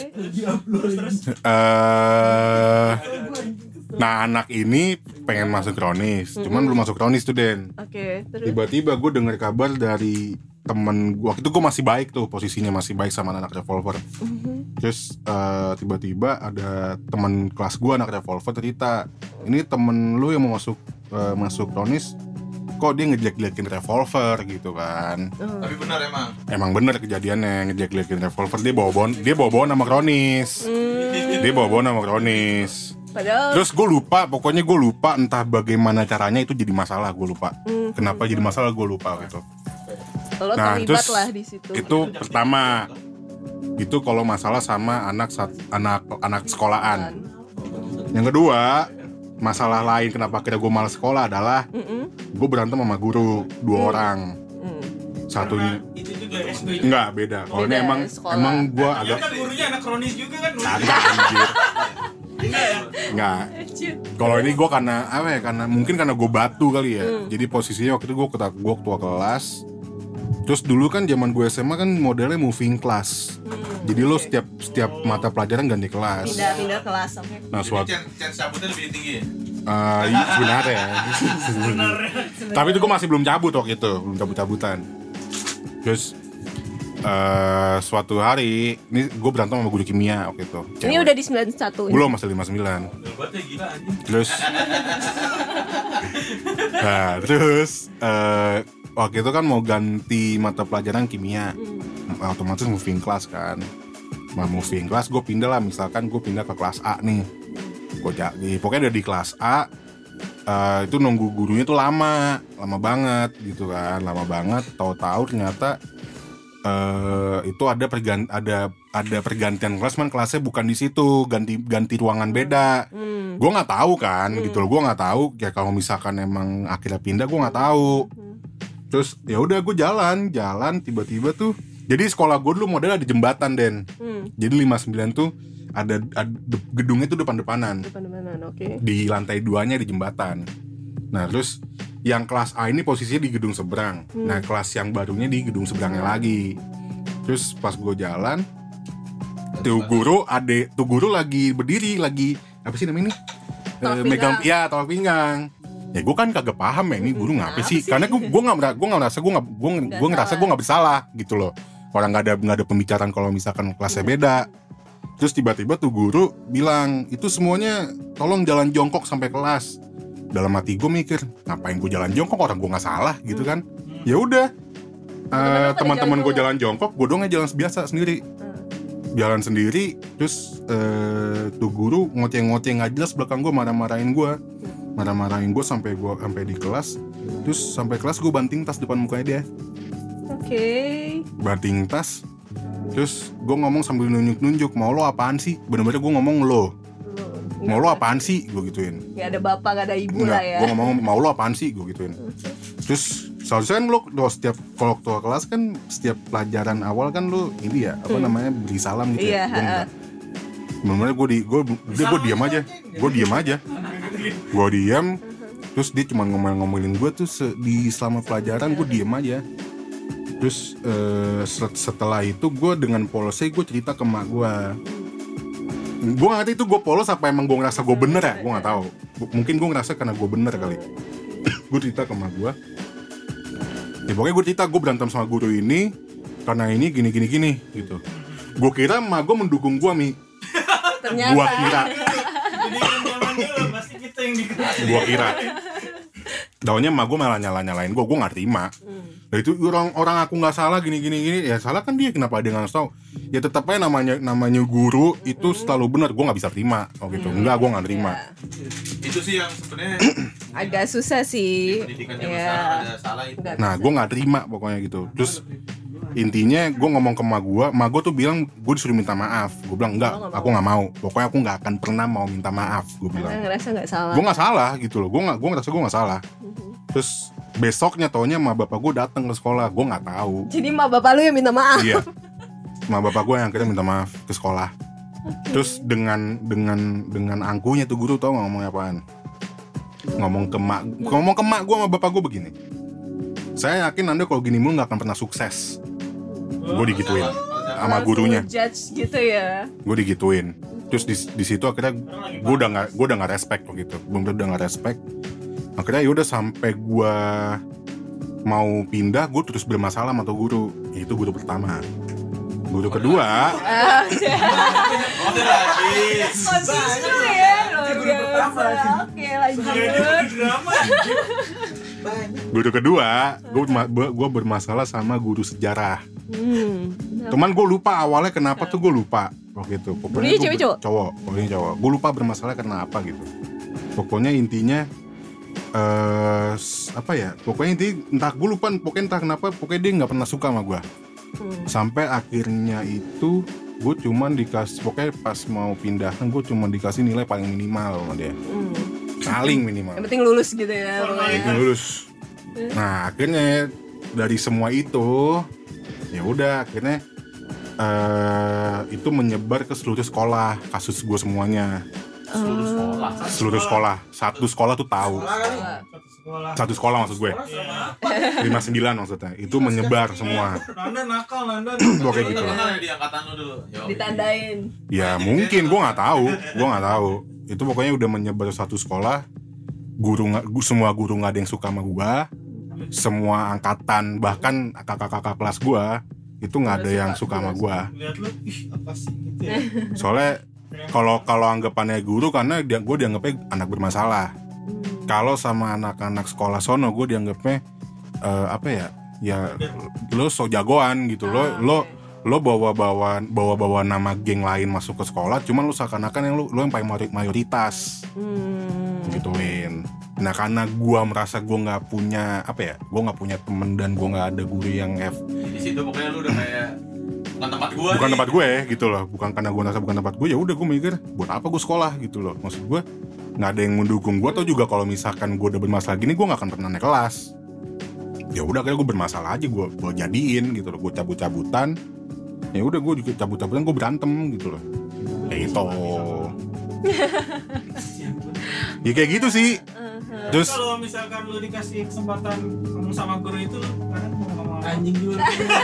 eh nah anak ini pengen masuk Kronis, mm-hmm. cuman belum masuk Kronis tuh Den. Oke. Okay, tiba-tiba gue dengar kabar dari temen gue, waktu itu gue masih baik tuh posisinya masih baik sama anak Revolver. Mm-hmm. Terus uh, tiba-tiba ada teman kelas gue anak Revolver cerita, ini temen lu yang mau masuk uh, masuk Kronis, kok dia ngejelek-jelekin Revolver gitu kan. Uh. Tapi benar emang. Emang benar kejadiannya ngejelek-jelekin Revolver, dia bawa-bawa dia bawa-bawa nama Kronis. Mm. Dia bawa-bawa nama Kronis. Padahal... Terus gue lupa, pokoknya gue lupa entah bagaimana caranya itu jadi masalah, gue lupa. Mm-hmm. Kenapa jadi masalah gue lupa gitu. Lo nah, terlibat lah di situ. Itu pertama. Itu kalau masalah sama anak anak anak sekolahan. Yang kedua, masalah lain kenapa akhirnya gue malas sekolah adalah mm-hmm. gue berantem sama guru dua mm. orang. Mm. Satunya enggak beda. Kalau ini emang sekolah. Emang gue agak kan gurunya anak Kronis juga kan. Agak anjir. Enggak. Kalau ini gue karena apa ya? Karena mungkin karena gue batu kali ya. Hmm. Jadi posisinya waktu itu gue ketua gue ketua kelas. Terus dulu kan zaman gue S M A kan modelnya moving class. Hmm, jadi okay. lo setiap setiap mata pelajaran ganti kelas. Pindah-pindah kelas. Okay. Nah, suatu chance cabutnya lebih tinggi ya. Uh, iya, sebenarnya ya. Tapi itu gue masih belum cabut waktu itu, belum cabut-cabutan. Terus Uh, suatu hari ini gue berantem sama guru kimia waktu itu. Cewek. Ini udah di sembilan puluh satu belum, masih lima puluh sembilan. Terus nah terus uh, waktu itu kan mau ganti mata pelajaran kimia, hmm. otomatis moving class kan. Nah moving class gue pindah lah, misalkan gue pindah ke kelas A nih. Gue jadi pokoknya udah di kelas A. Uh, itu nunggu gurunya tuh lama, lama banget gitu kan, lama banget. Tahu-tahu ternyata Uh, itu ada pergan ada ada pergantian kelas, man kelasnya bukan di situ, ganti ganti ruangan beda. Hmm. Gue nggak tahu kan, hmm. gitu loh, gue nggak tahu. Ya kalau misalkan emang akhirnya pindah, gue nggak tahu. Hmm. Terus ya udah gue jalan jalan tiba-tiba tuh. Jadi sekolah gue dulu model ada jembatan Den. Hmm. Jadi lima puluh sembilan tuh ada, ada gedungnya tuh depan-depanan. Depan-depanan, oke. Okay. Di lantai duanya di jembatan. Nah terus yang kelas A ini posisinya di gedung seberang. Hmm. Nah kelas yang barunya di gedung seberangnya lagi. Terus pas gue jalan, tuh guru ade, tuh guru lagi berdiri lagi apa sih namanya ini? E, megang, ya tolak pinggang. Ya gue kan kagak paham ya ini guru ngapa sih? Karena gue gue nggak gue nggak merasa gue nggak gue gue ngerasa gue nggak bersalah gitu loh. Orang nggak ada nggak ada pembicaraan kalau misalkan kelasnya beda. Terus tiba-tiba tuh guru bilang itu semuanya tolong jalan jongkok sampai kelas. Dalam hati gue mikir, ngapain gue jalan jongkok, orang gue nggak salah gitu kan? Ya udah, uh, teman-teman gue jalan jongkok, gue doang jalan biasa sendiri, hmm. jalan sendiri. Terus uh, tuh guru ngoceh-ngoceh nggak jelas belakang gue, marah-marahin gue, marah-marahin gue sampai gue sampai di kelas. Terus sampai kelas gue banting tas depan mukanya dia. Oke. Okay. Banting tas. Terus gue ngomong sambil nunjuk-nunjuk, mau lo apaan sih? Bener-bener gue ngomong lo. Mau lo apaan sih? Gue gituin. Gak ada bapak, gak ada ibu. Enggak, lah ya. Gue ngomong mau lo apaan sih? Gue gituin. Terus seharusnya kan lo, lo setiap kalau ketua kelas kan setiap pelajaran awal kan lo ini ya apa hmm. namanya beri salam gitu iya, ya. Bener-bener gue di gue dia gue diam aja, gue diam aja, gue diam. Terus dia cuma ngomong-ngomongin gue tuh se- di selama pelajaran gue diam aja. Terus uh, setelah itu gue dengan polisi gue cerita ke mak gue. Gue gak ngerti itu gue polos apa emang gue ngerasa gue bener ya. Gue gak tahu. Mungkin gue ngerasa karena gue bener kali. Gue cerita ke emak gue, ya pokoknya gue cerita gue berantem sama guru ini karena ini gini gini gini gitu. Gue kira emak gue mendukung gue Mi. Ternyata. Gue kira. Jadi kan zaman dulu pasti kita yang dikeras. Gue kira. Daunnya emak gue malah nyala-nyalain gue, gue gak terima. Nah itu orang orang aku nggak salah gini gini gini, ya salah kan dia, kenapa dia nggak tahu? Ya tetap aja namanya namanya guru itu selalu benar, gue nggak bisa terima, oh gitu, enggak gue nggak terima. Itu sih yang sebenarnya Agak susah sih. pendidikan zaman Iya. sekarang ada salah itu. Nggak Nah bisa. gue nggak terima pokoknya gitu. Terus intinya gue ngomong ke emak gue, emak gue tuh bilang gue disuruh minta maaf. Gue bilang enggak, Oh, nggak aku nggak mau. Pokoknya aku nggak akan pernah mau minta maaf. Gue Karena bilang. ngerasa nggak salah. Gue nggak salah gitu loh. Gue nggak, gue ngerasa gue nggak salah. Terus besoknya taunya emak bapak gue datang ke sekolah, gue nggak tahu. Jadi mak bapak lu yang minta maaf. Iya. Emak bapak gue yang akhirnya minta maaf ke sekolah. Terus dengan dengan dengan angkuhnya tuh guru tau nggak ngomongnya apaan? Ngomong ke mak, ngomong ke mak gue sama bapak gue begini. Saya yakin anda kalau gini mulu nggak akan pernah sukses. Gue digituin sama Langsung gurunya. judge gitu ya. Gue digituin. Terus di, di situ akhirnya gue udah nggak gue udah nggak respect kok gitu. Gue udah nggak respect. Akhirnya yaudah sampai gue mau pindah, gue terus bermasalah sama tuh guru. Itu guru pertama. Guru kedua, Konsisten ya, luar biasa. Oke lanjut. guru kedua, gue gue bermasalah sama guru sejarah. Hmm. Cuman gue lupa awalnya kenapa tuh gue lupa waktu itu. Gurunya gua cewek, ber- cowok? Cowok, pokoknya cowok. Gue lupa bermasalah karena apa gitu. Pokoknya intinya eh apa ya? Pokoknya inti entah gue lupa, pokoknya entah kenapa, pokoknya dia nggak pernah suka sama gue. Hmm. Sampai akhirnya itu gue cuman dikasih, pokoknya pas mau pindah kan gue cuman dikasih nilai paling minimal sama dia. Hmm. Paling minimal. Yang penting lulus gitu ya. pokoknya. Itu lulus. Nah akhirnya dari semua itu ya udah akhirnya eh itu menyebar ke seluruh sekolah kasus gue semuanya. Seluruh sekolah. Seluruh sekolah, satu sekolah tuh tahu. Sekolah. Satu sekolah maksud gue. lima puluh sembilan maksudnya. Itu menyebar semua. Nanda nakal, Nanda. Kayak gitu. Kenal ya di angkatan lu dulu. Yo. Ditandain. Ya mungkin gue nggak tahu, gue nggak tahu. Itu pokoknya udah menyebar satu sekolah. Guru nggak, gu- semua guru nggak ada yang suka sama gue. Semua angkatan bahkan kakak-kakak kelas gue itu nggak ada yang suka sama gue. Lihat lu, ih apa sih gitu ya. Soalnya kalau kalau anggapannya guru karena dia gue dianggapnya anak bermasalah. Kalau sama anak-anak sekolah sono gue dianggapnya eh, apa ya? Ya lo so jagoan gitu. Lo lo lo bawa-bawa bawa-bawa nama geng lain masuk ke sekolah, cuman lo seakan-akan yang lo lo yang paling mayori- mayoritas. Hmm. Gituin. Nah karena gue merasa gue nggak punya apa ya? Gue nggak punya temen dan gue nggak ada guru yang F. Di situ pokoknya lu udah kayak bukan tempat gua. Bukan nih. tempat gue gitu loh. Bukan karena gue merasa bukan tempat gue, ya udah gue mikir buat apa gue sekolah gitu loh. Maksud gue nggak ada yang mendukung gue, atau juga kalau misalkan gue udah bermasalah gini gue nggak akan pernah naik kelas. Ya udah kayak gue bermasalah aja gue gue jadiin gitu loh. Gue cabut-cabutan. Ya udah gue juga cabut-cabutan, gue berantem gitu loh. Kayak gitu. Ya kayak gitu sih. Terus Kalau misalkan lu dikasih kesempatan ngomong sama guru itu, kan mau ngomong Anjing juga.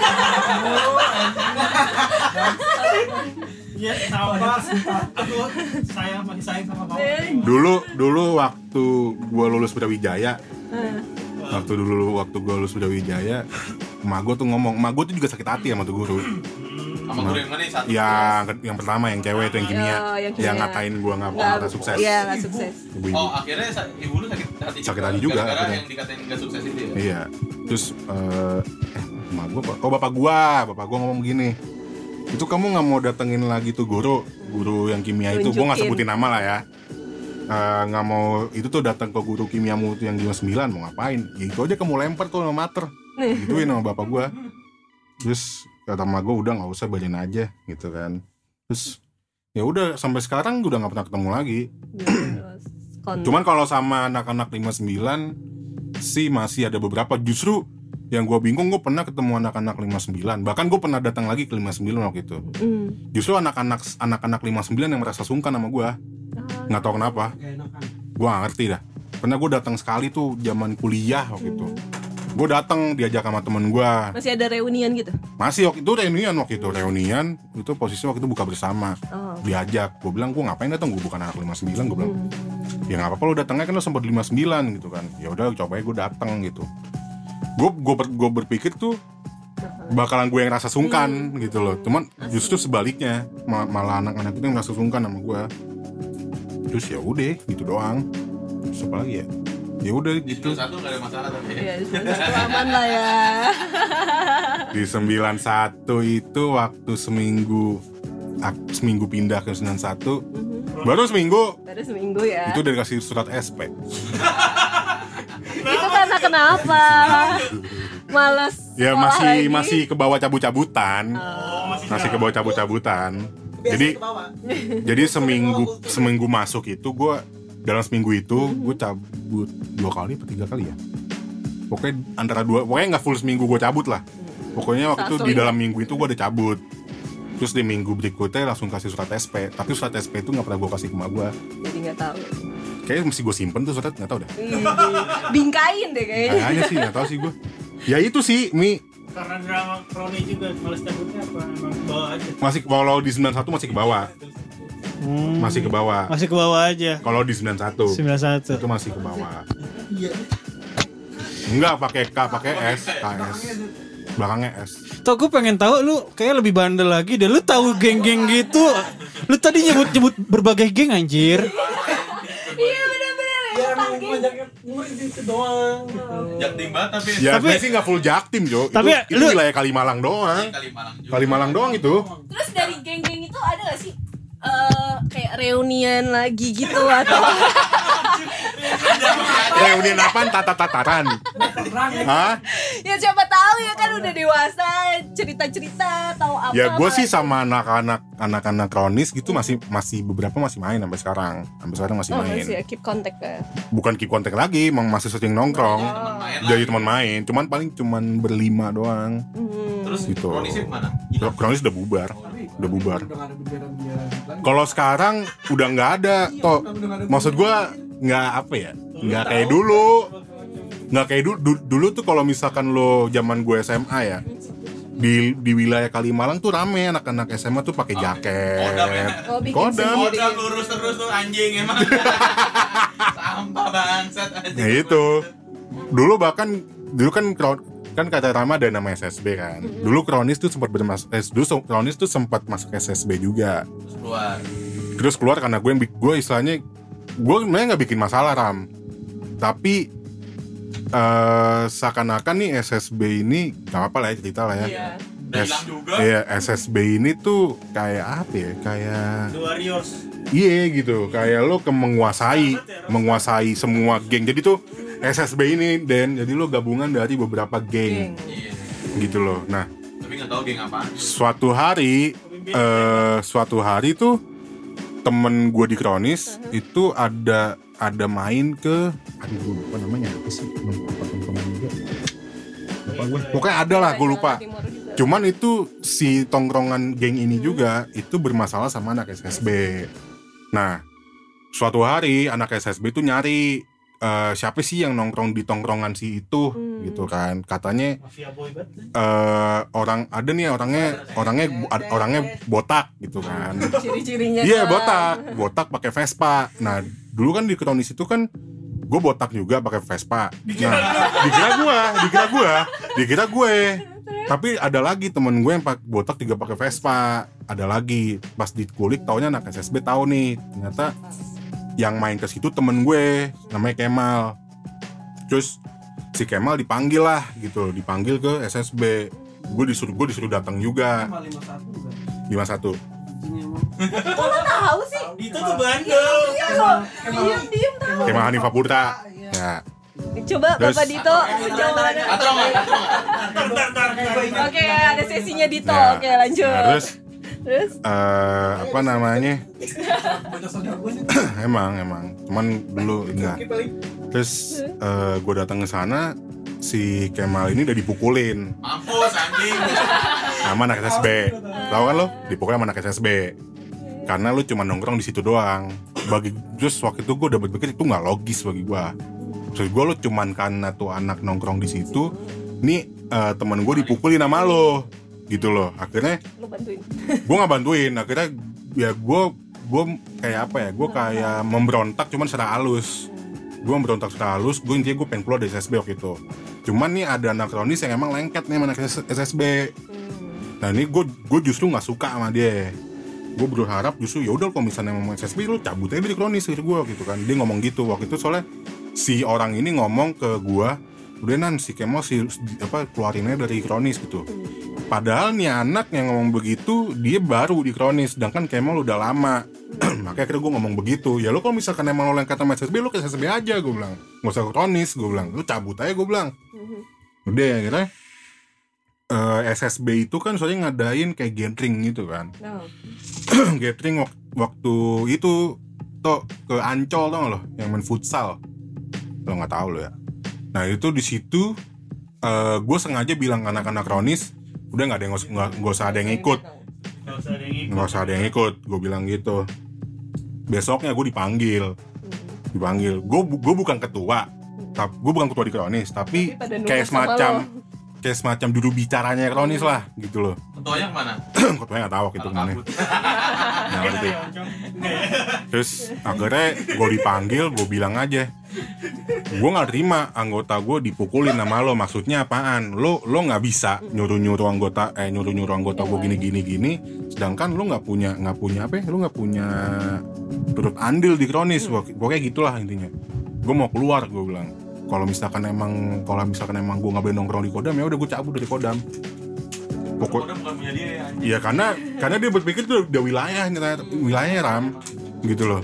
Iya, sama. Aku sayang masih sayang sama kamu. dulu dulu waktu gue lulus Brawijaya, waktu dulu waktu gue lulus Brawijaya, emak gue tuh ngomong, emak gue tuh juga sakit hati sama tuh guru. Sama guru yang mana nih? Satu. Yang yang pertama yang cewek itu yang kimia, Ya, yang kimia. yang ngatain gue nggak Nggak- pernah sukses. Iya nggak sukses. Ibu-ibu. Oh akhirnya sa- ibu lu sakit hati Sakit hati juga, gara-gara akhirnya. yang dikatain gak sukses itu ya. Iya. Terus eh eh, emak gue, oh bapak gue, bapak gue ngomong gini. Itu kamu nggak mau datengin lagi tuh guru, guru yang kimia itu, gue nggak Tunjukin. sebutin nama lah ya. Eh, nggak mau itu tuh datang ke guru kimiamu tuh yang lima puluh sembilan, mau ngapain? Ya itu aja kamu lempar tuh sama mater. Gituin sama bapak gue. Terus kata emak gue udah nggak usah, balin aja gitu kan. Terus ya udah sampai sekarang udah nggak pernah ketemu lagi. Kon- Cuman kalau sama anak-anak lima puluh sembilan sih masih ada beberapa. Justru yang gue bingung, gue pernah ketemu anak-anak lima puluh sembilan. Bahkan gue pernah datang lagi ke lima puluh sembilan waktu itu. Hmm. Justru anak-anak anak-anak lima puluh sembilan yang merasa sungkan sama gue. Nggak tahu kenapa. Gue nggak ngerti dah. Pernah gue datang sekali tuh zaman kuliah waktu itu. Gue datang diajak sama temen gue. Masih ada reunian gitu? Masih waktu itu reunian waktu itu reunian itu posisi waktu itu buka bersama. Oh. Diajak, gue bilang gue ngapain datang, gue bukan anak lima puluh sembilan, gue bilang. Ya nggak apa-apa, lo datangnya kan lo sempat lima puluh sembilan gitu kan. Ya udah coba gue datang gitu. Gue gue ber, gue berpikir tuh bakalan gue yang rasa sungkan gitu loh. Cuman justru sebaliknya, ma- malah anak-anak itu yang rasa sungkan sama gue. Terus ya udah gitu doang. Terus apa lagi ya? Ya udah gitu. Satu nggak ada masalah tapi. Iya, satu aman lah ya. Di sembilan puluh satu itu waktu seminggu ak- seminggu pindah ke sembilan puluh satu. Baru seminggu Baru seminggu ya. itu udah dikasih surat S P. Itu karena kenapa? Males. Ya sekolah masih lagi. masih ke bawah cabut-cabutan. masih ke bawah cabut-cabutan. Jadi jadi seminggu seminggu masuk itu gue dalam seminggu itu gue cabut dua kali atau tiga kali ya. Pokoknya antara dua, pokoknya nggak full seminggu gue cabut lah. Pokoknya waktu itu di dalam minggu itu gue udah cabut. Terus di minggu berikutnya langsung kasih surat S P. Tapi surat S P itu nggak pernah gue kasih ke emak gue. Jadi nggak tahu. Kayaknya mesti gue simpen tuh surat, nggak tahu deh. Ih, bingkain deh kayaknya. Kayaknya sih nggak tahu sih gue. Ya itu sih Mi. Karena drama kroni juga males cabutnya apa emang bawa aja. Masih kalau di sembilan puluh satu masih ke bawah. Hmm, Masih ke bawah. masih ke bawah aja. Kalau di sembilan puluh satu sembilan puluh satu. itu masih ke bawah. Enggak pakai K, pakai S, K S. Belakangnya S. Tuh gue pengen tahu lu kayak lebih bandel lagi deh. Lu tahu geng-geng gitu. Lu tadi nyebut-nyebut berbagai geng anjir. Iya benar-benar. Jaktim banget tapi. Ya, Tapi- tapi sih nggak full Jaktim, Jo. Tapi itu, itu lu- wilayah Kalimalang doang. Kalimalang juga. Kalimalang doang itu. Terus dari geng-geng itu ada gak sih eh kayak reunian lagi gitu atau Reunian apaan? Tata-tataran. Hah? ya siapa tahu ya kan udah dewasa cerita-cerita atau apa? Ya gue sih apalagi. sama anak-anak anak-anak kronis gitu masih masih beberapa masih main sampai sekarang. Sampai sekarang masih Oh, main. masih ya, keep contact ya. Bukan keep kontak lagi, emang masih sering nongkrong. Jadi teman main, cuman paling cuman berlima doang. Hmm. Terus Gitu. kronisnya kemana? Kronis udah bubar. Udah bubar. Kalau sekarang udah nggak ada, toh. Maksud gua nggak apa ya? Nggak kayak dulu. Nggak kayak dulu. Du- Dulu tuh kalau misalkan lo zaman gue S M A ya, di di wilayah Kalimalang tuh rame anak-anak S M A tuh pakai jaket. Kodam ya? Oh, bikin Kodam. sendiri. Kodam lurus terus tuh anjing emang. Sampah bangsat anjing. Ya itu. Dulu bahkan dulu kan kro- kan kata Rama ada nama S S B kan. Dulu Kronis tuh sempat bermasuk eh, dulu so- Kronis tuh sempat masuk S S B juga. Keluar. Terus keluar karena gue yang bik- gue istilahnya gue sebenarnya nggak bikin masalah Ram. Tapi eh seakan-akan nih S S B ini nggak apa lah ya cerita lah ya. Iya. Udah S- hilang juga. Iya, S S B ini tuh kayak apa ya? Kayak The Warriors. iya gitu, kayak lo ke menguasai, menguasai semua geng. Jadi tuh S S B ini Dan, jadi lo gabungan dari beberapa geng, Iya. gitu loh. Nah, Tapi nggak tahu geng apaan. suatu hari, eh suatu hari tuh temen gue di Kronis itu ada ada main ke, aduh gue lupa namanya apa sih? Lupa tongkrongan juga. Lupa gue. Pokoknya ada lah, gue lupa. Timur juga. Cuman itu si tongkrongan geng ini juga itu bermasalah sama anak S S B. Nah, suatu hari anak S S B itu nyari eh, siapa sih yang nongkrong di tongkrongan si itu, gitu kan? Katanya Mafia boy banget. eh, orang ada nih orangnya orangnya ad- orangnya botak gitu kan. Ciri-cirinya Iya doang. botak, botak pakai Vespa. Nah dulu kan di Kronis itu kan gue botak juga pakai Vespa. Nah dikira gue, dikira gue, dikira gue. Tapi ada lagi temen gue yang pak botak juga pakai Vespa. Ada lagi pas dikulik taunya anak S S B tahu nih ternyata yang main ke situ temen gue namanya Kemal. Terus si Kemal dipanggil lah gitu, dipanggil ke S S B. Gue disuruh gue disuruh datang juga. lima satu Kok lo tahu sih? Itu tuh bandel. Iya lo. Diem-diem tahu. Kemal Hanifah Putra. Ya. Coba Terus- Bapak Dito jawabannya. Atau nggak? Atau nggak? Oke, ada sesinya Dito. Ya. Oke, lanjut. Nah, terus Terus? eh, apa namanya? emang emang, cuman dulu enggak. Terus eh, gue datang ke sana, si Kemal ini udah dipukulin Mampus anjing. sama anak S S B. Tahu kan lo? Dipukulin sama anak S S B. Karena lu cuma nongkrong di situ doang. Bagi terus waktu itu gue udah berpikir itu nggak logis bagi gue. Maksud gue lo cuman karena tuh anak nongkrong di situ, nih uh, teman gue dipukulin sama lo, gitu loh. Akhirnya Lu bantuin. gue nggak bantuin. Akhirnya ya gue gue kayak apa ya? Gue kayak memberontak, cuman secara halus. Gue memberontak secara halus. Gue intinya gue pengen keluar dari S S B waktu itu. Cuman nih ada anak kronis yang emang lengket nih sama anak S S B. Nah ini gue gue justru nggak suka sama dia. Gue berharap justru ya udah kalau misalnya mau S S B lu cabut aja dari kronis gitu gue gitu kan. Dia ngomong gitu waktu itu soalnya si orang ini ngomong ke gue, udah nan si Kemo si apa keluarinnya dari kronis gitu. Padahal nih anak yang ngomong begitu dia baru di kronis, sedangkan Kemo udah lama. Makanya akhirnya gue ngomong begitu. Ya lu kalau misalkan emang lo lengket sama S S B lu ke S S B aja gue bilang. Nggak usah ke kronis gue bilang. Lu cabut aja gue bilang. Udah ya akhirnya uh, S S B itu kan soalnya ngadain kayak gathering gitu kan. No. Gathering wak- waktu itu toh ke Ancol tau gak lo yang main futsal. Lo nggak tahu lo ya. Nah itu di situ uh, gue sengaja bilang anak-anak kronis udah nggak ada yang nggak nggak usah ada yang ikut, nggak usah ada yang ikut. Gue bilang gitu. Besoknya gue dipanggil, dipanggil. Gue gue bukan ketua, tapi gue bukan ketua di kronis, tapi, Tapi kayak semacam kayak semacam juru bicaranya kronis lah gitu loh. Ketuanya kemana? Ketuanya nggak tahu waktu itu kemana. Nggak ngerti. Terus akhirnya gue dipanggil, gue bilang aja, gue nggak terima anggota gue dipukulin sama lo. Maksudnya apaan? Lo lo nggak bisa nyuruh nyuruh anggota eh nyuruh nyuruh anggota gue gini gini gini. Sedangkan lo nggak punya nggak punya apa? Ya? Lo nggak punya turut andil di kronis. Pokoknya gitulah intinya. Gue mau keluar gue bilang. Kalau misalkan emang kalau misalkan emang gue nggak boleh nongkrong di Kodam ya udah gue cabut dari Kodam. Pokok. Kodam bukan punya dia ya. Iya karena karena dia berpikir itu udah wilayahnya wilayahnya Ram gitu loh.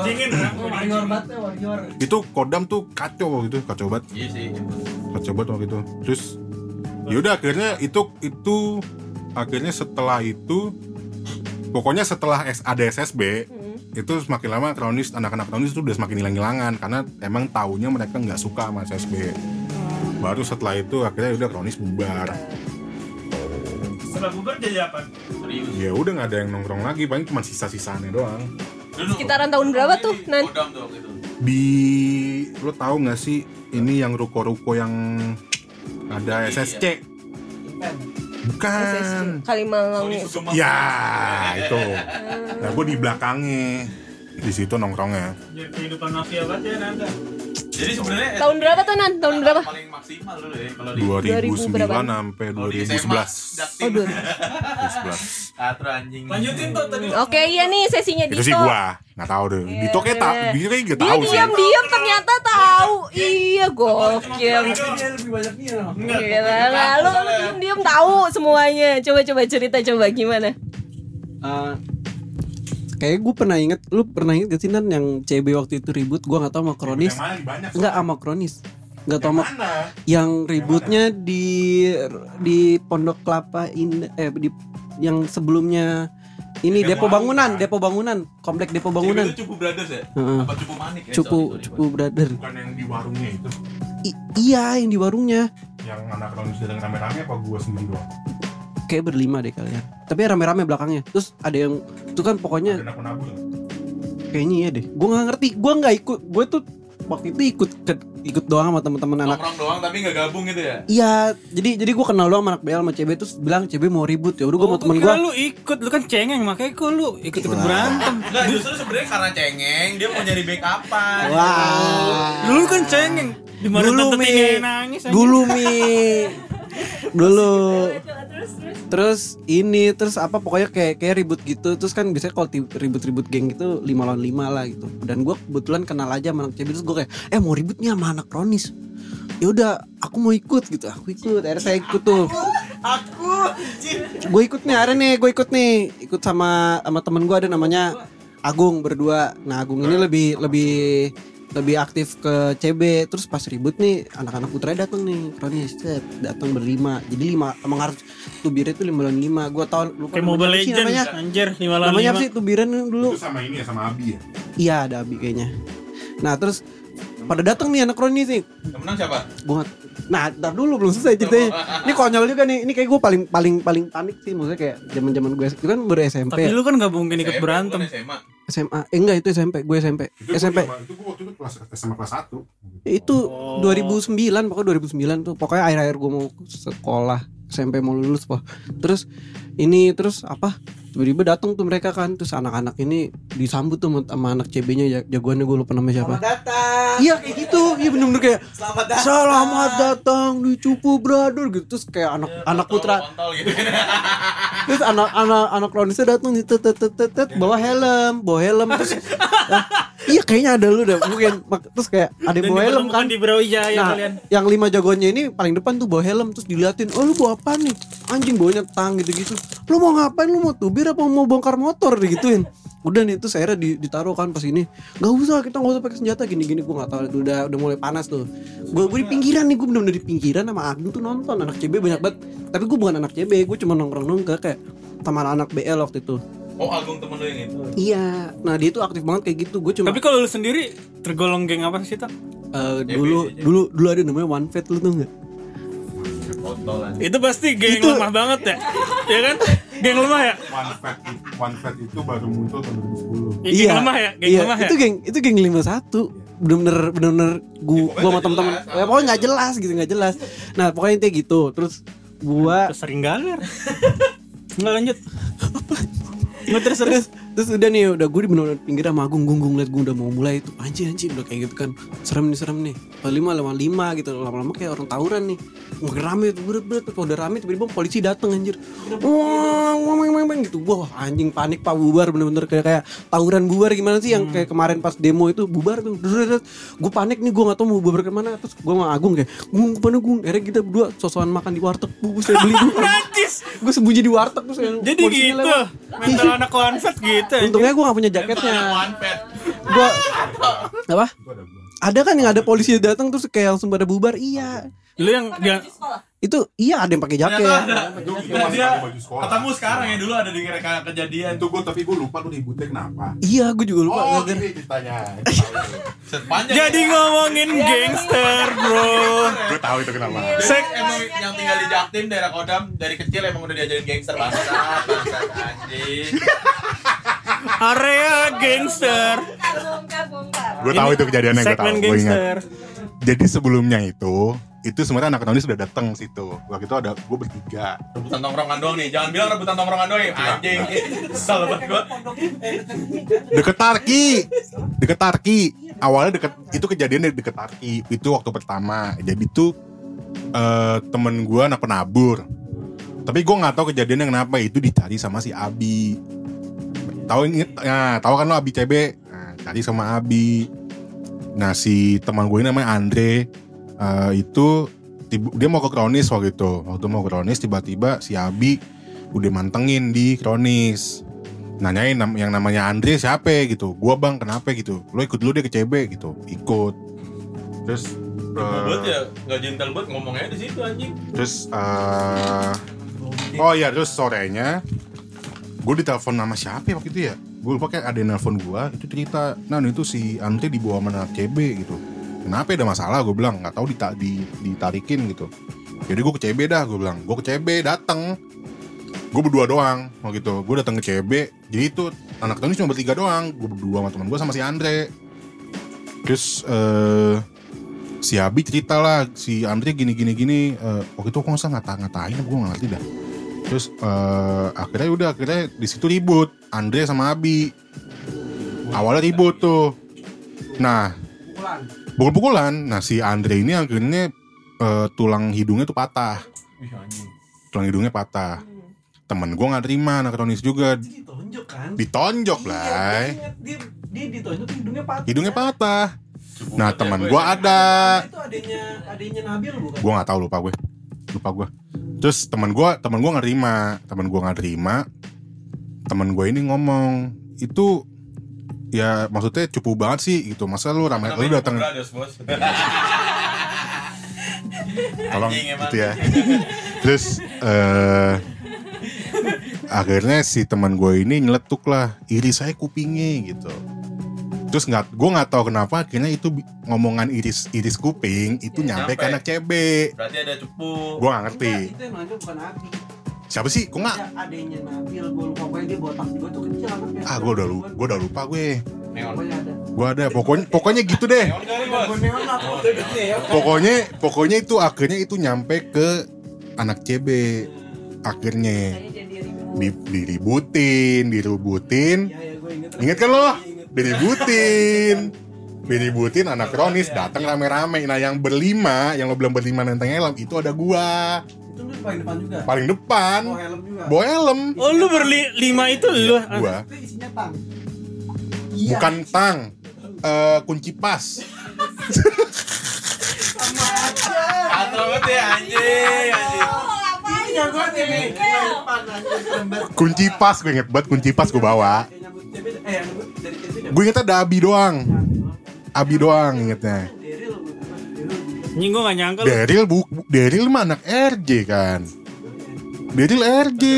Itu Kodam tuh kacau waktu itu kacau banget. Iya sih. Kacau banget waktu itu. Terus ya udah akhirnya itu itu akhirnya setelah itu pokoknya setelah ada S S B itu semakin lama kronis anak-anak kronis itu udah semakin hilang-hilangan karena emang taunya mereka nggak suka sama S S B. Baru setelah itu akhirnya udah kronis bubar. Setelah bubar jadi apa? Serius. Ya udah nggak ada yang nongkrong lagi, paling cuma sisa-sisanya doang. Sekitaran tahun berapa tuh, Nan? Kodam tuh waktu itu. Di lo tahu nggak sih ini yang ruko-ruko yang ada S S C? Bukan. Kalimalang. Ya itu. Nah gue di belakangnya di situ nongkrongnya. Kehidupan mafia banget ya Nanda. Jadi sebenarnya Tahun berapa tuh, Nan? Tahun berapa? paling maksimal dulu ya kalau di dua ribu dua ribu berapa? sembilan sampai dua ribu sebelas. Oh, dua. dua ribu sebelas. Atro anjing. Lanjutin tuh tadi. Oke, iya nih sesinya Itu Dito. sih gua nggak tahu deh. Dito kayak tak, Dito kayak nggak Dia tahu sih. diam-diam ternyata tahu. Iya, gokil. Gila, lalu lu diam-diam tahu semuanya. Coba-coba cerita coba gimana? Eh, kayak gue pernah inget, lu pernah inget gak sih Nan yang C B waktu itu ribut? Gue nggak tahu sama kronis, Yang mana banyak. nggak sama kronis, nggak tahu sama Mana? yang ributnya di di Pondok Kelapa ini, eh di yang sebelumnya ini Yang Depo mau, Bangunan, kan? Depo Bangunan, komplek Depo Bangunan. Bangunan. Itu Cupu Brothers ya? Heeh. Apa Cupu Manik ya? Cupu Sorry, sorry, Cupu Brother. Bukan yang di warungnya itu. I- iya yang di warungnya. Yang anak kronis datang rame-rame apa gua sendiri doang? Kayak berlima deh kalian. Tapi rame-rame belakangnya. Terus ada yang itu kan pokoknya Ada nabung. kayaknya iya deh. Gue nggak ngerti. Gue nggak ikut. Gue tuh waktu itu ikut ke, ikut doang sama teman-teman anak. Nongkrong doang tapi nggak gabung gitu ya? Iya. Jadi jadi gue kenal doang sama anak B L sama C B terus bilang C B mau ribut ya. Udah gue Oh, mau temen kira gue. lu ikut, lu kan cengeng makanya kok lu ikut-ikut berantem. Enggak, justru sebenarnya karena cengeng dia mau nyari backupan. Wah. Dulu kan cengeng. Di mana Dulu tante Mi. Tina nangis aja. Dulu Mi. Dulu. Terus ini terus apa pokoknya kayak kayak ribut gitu. Terus kan biasanya kalau ti- ribut-ribut geng gitu lima lawan lima lah gitu. Dan gue kebetulan kenal aja sama anak C B terus gue kayak eh mau ributnya sama anak kronis. Ya udah aku mau ikut gitu. Aku ikut. Akhirnya saya ikut tuh. Aku Gue ikut nih, akhirnya nih gue ikut nih. Ikut sama sama temen gue ada namanya Agung berdua. Nah Agung ini lebih lebih lebih aktif ke C B. Terus pas ribut nih anak-anak putra datang nih kronis set datang berlima. Jadi lima emang harus tubirnya itu lima lawan lima. Gue tau lupa Kayak Mobile namanya apa sih Legends namanya. anjir lima lawan Namanya lima. apa sih tubiran dulu? Itu sama ini ya sama Abi ya. Iya ada Abi kayaknya. Nah terus pada datang nih anak kronis nih. yang menang siapa? Gue nah ntar dulu belum selesai ceritanya. Ini konyol juga nih. Ini kayak gue paling paling paling panik sih. Maksudnya kayak zaman zaman gue itu kan baru S M P. Tapi lu kan gak mungkin ikut Saya berantem. bukan S M A. S M A. Eh enggak itu S M P, gue S M P. Itu S M P. gua- Itu gue waktu itu kelas S M A kelas satu. Itu Oh. dua ribu sembilan, pokoknya dua ribu sembilan tuh. Pokoknya akhir-akhir gue mau sekolah, S M P mau lulus, Pak. Terus ini terus apa? Tiba-tiba datang tuh mereka kan, terus anak-anak ini disambut tuh sama anak C B-nya ya, jagoannya gue lupa namanya siapa. datang. Iya kayak gitu, iya bener-bener kayak Selamat datang. selamat datang di Cupu Brother gitu. Terus kayak anak anak putra, Kontol gitu. terus anak-anak anak kronisnya datang nih, tet tet tet tet, bawa helm, bawa helm terus, ah, iya kayaknya ada lu deh mungkin. Terus kayak ada yang bawa helm kan. di Brawijaya ya Nah, kalian. yang lima jagoannya ini paling depan tuh bawa helm, terus diliatin, oh lu bawa apa nih? Anjing bawanya tang gitu-gitu. Lu mau ngapain? Lu mau tubir apa mau bongkar motor digituin? Udah nih terus akhirnya di- ditaruh kan pas ini. Gak usah, kita gak usah pakai senjata gini-gini. Gue gak tahu itu udah udah mulai panas tuh. Gue gue di pinggiran nih, gue bener-bener di pinggiran sama Agung tuh nonton. Anak C B banyak banget. Tapi gue bukan anak C B, gue cuma nongkrong-nongkrong kayak sama anak B L waktu itu. Oh, Agung temen lu yang itu. Iya, nah dia tuh aktif banget kayak gitu. Gue cuma Tapi kalau lu sendiri tergolong geng apa sih, Tak? eh, dulu dulu dulu ada namanya One Fat, lu tau nggak? Kontolan. Itu pasti geng Itu- lemah banget ya. Ya kan? Geng lemah ya? One Fat One Fat itu baru muncul tahun dua ribu sepuluh. Ya, geng lemah ya? Geng iya, lemah ya? itu geng itu geng lima puluh satu. Bener-bener bener-bener gua Ya, pokoknya gua sama nggak temen-temen jelas, ya, pokoknya nggak jelas gitu, nggak jelas. Nah, pokoknya intinya gitu. Terus gua Terus sering galer. Nggak lanjut. nggak terus terus terus udah nih, udah gue di bener-bener pinggir sama Agung, gung gung liat gue udah mau mulai itu anjing anjing udah kayak gitu kan, serem nih serem nih, lima lima lima gitu, lama-lama kayak orang tawuran nih, makin rame tuh berat berat, udah rame tiba-tiba polisi dateng anjir, wah wah wah wah gitu, wah anjing panik pak, bubar bener-bener kayak kayak tawuran bubar gimana sih yang kayak kemarin pas demo itu bubar tuh, gue panik nih, gue nggak tahu mau bubar kemana, terus gue sama Agung kayak gung kemana gung, akhirnya kita berdua sosokan makan di warteg, gue saya beli gue, gue sembunyi di warteg terus yang Jadi polisinya gitu. lewat. Mental anak konset gitu. Untungnya gue gak punya jaketnya. One Fat. Gue apa? Ada kan yang ada polisi datang terus kayak langsung pada bubar. Iya. Lu yang dia Itu iya ada yang pakai jaket. Ternyata ada. Itu itu Dan masih dia pakai baju sekolah. ketemu sekarang ya, dulu ada di reka kejadian. Itu gue tapi gue lupa lu ributnya kenapa. Iya, gue juga lupa. Oh, gara-gara- gini ceritanya. Sepanjang. jadi ngomongin gangster, bro. Gue tahu itu kenapa. Sek Emang yang tinggal di Jaktim daerah Kodam dari kecil emang udah diajarin gangster bangsa, bangsa anjing. area gangster. Bongkar, bongkar. Gue tahu itu kejadiannya, gue tahu. Segmen Gue ingat. gangster. Jadi sebelumnya itu, itu sebenarnya anak Tony sudah datang situ. Waktu itu ada gue bertiga. Rebutan tongkrongan doang nih, jangan bilang rebutan tongkrongan doang ya, anjing. Kesel banget gua. Deket Tarki, deket Tarki. Awalnya deket, itu kejadian di deket Tarki. Itu waktu pertama. Jadi itu eh, temen gue anak penabur. Tapi gue nggak tahu kejadiannya kenapa itu dicari sama si Abi. Tahu inget? Nah, tahu kan lo Abi C B? Nah, cari sama Abi. Nah si teman gue ini namanya Andre. Eh, itu tiba, dia mau ke Kronis waktu itu. Waktu mau ke Kronis tiba-tiba si Abi udah mantengin di Kronis. Nanyain nam- yang namanya Andre siapa gitu. Gua bang kenapa gitu. Lo ikut dulu deh ke C B gitu. Ikut. Terus Gue eh, ya, nggak gentle banget ngomongnya di situ anjing. terus eh, oh iya terus sorenya gue ditelepon sama siapa ya waktu itu ya. Gue lupa kayak ada yang nelfon gue. Itu cerita, nah itu si Andre dibawa sama anak C B gitu. Kenapa ada masalah? Gue bilang nggak tahu dita- di, ditarikin gitu. Jadi gue ke C B dah, gue bilang. Gue ke C B dateng. Gue berdua doang waktu itu. Gue datang ke C B. Jadi itu anak Tony cuma bertiga doang. Gue berdua sama teman gue sama si Andre. Terus eh si Abi cerita lah, si Andre gini gini gini. Eh, waktu itu kok nggak usah ngata-ngatain, gue nggak ngerti dah. Terus eh akhirnya udah akhirnya di situ ribut Andre sama Abi. Awalnya ribut tuh. Nah, pukul-pukulan. Nah si Andre ini akhirnya eh, tulang hidungnya tuh patah. Tulang hidungnya patah. Temen gue nggak terima, anak Ronis juga Ditonjok kan? ditonjok lah. Dia dia ditonjok hidungnya patah. Hidungnya patah. Nah teman gue ada. Itu adanya adanya Nabil bukan? Gue nggak tahu, lupa gue lupa gue terus teman gue teman gue nggak terima teman gue nggak terima teman gue ini ngomong itu ya maksudnya cupu banget sih gitu, masa lu ramai lu datang tolong Anjing, emang. gitu ya. Terus eh akhirnya si teman gue ini nyeletuk lah, iri saya kupingnya gitu. Terus nggak, gue nggak tahu kenapa akhirnya itu bi- ngomongan iris iris kuping itu nyampe, Nyampe. ke anak C B. Berarti ada cepu. Gue nggak ngerti. Itu yang nonjok bukan Abi. Siapa sih? Kok nggak? Ada adenya Nabil, gue lupa pokoknya dia botak juga tuh kecil anaknya. Ah, gue udah lupa, gue udah lupa gue. Pokoknya ada. Gue ada, pokoknya pokoknya gitu deh. Pokoknya pokoknya itu akhirnya itu nyampe ke anak C B. Akhirnya di, diributin, diributin. Ingat kan lo? Diributin. Diributin anak kronis datang rame-rame. Nah, yang berlima, yang lo bilang berlima nenteng helm itu ada gua. Itu lu paling depan juga. Paling depan. Bawa helm juga. Bawa helm. Oh lu berlima itu lu? Gua. Itu isinya tang. Bukan tang. Eh, kunci pas. Atau banget ya anjing, anjing. Kunci pas, gue inget banget kunci pas gue bawa. Gue ingetnya ada Abi doang. Abi doang ingetnya. Anjing gue gak nyangka lu. Daryl bu, Daryl mah anak R J kan. Daryl R J.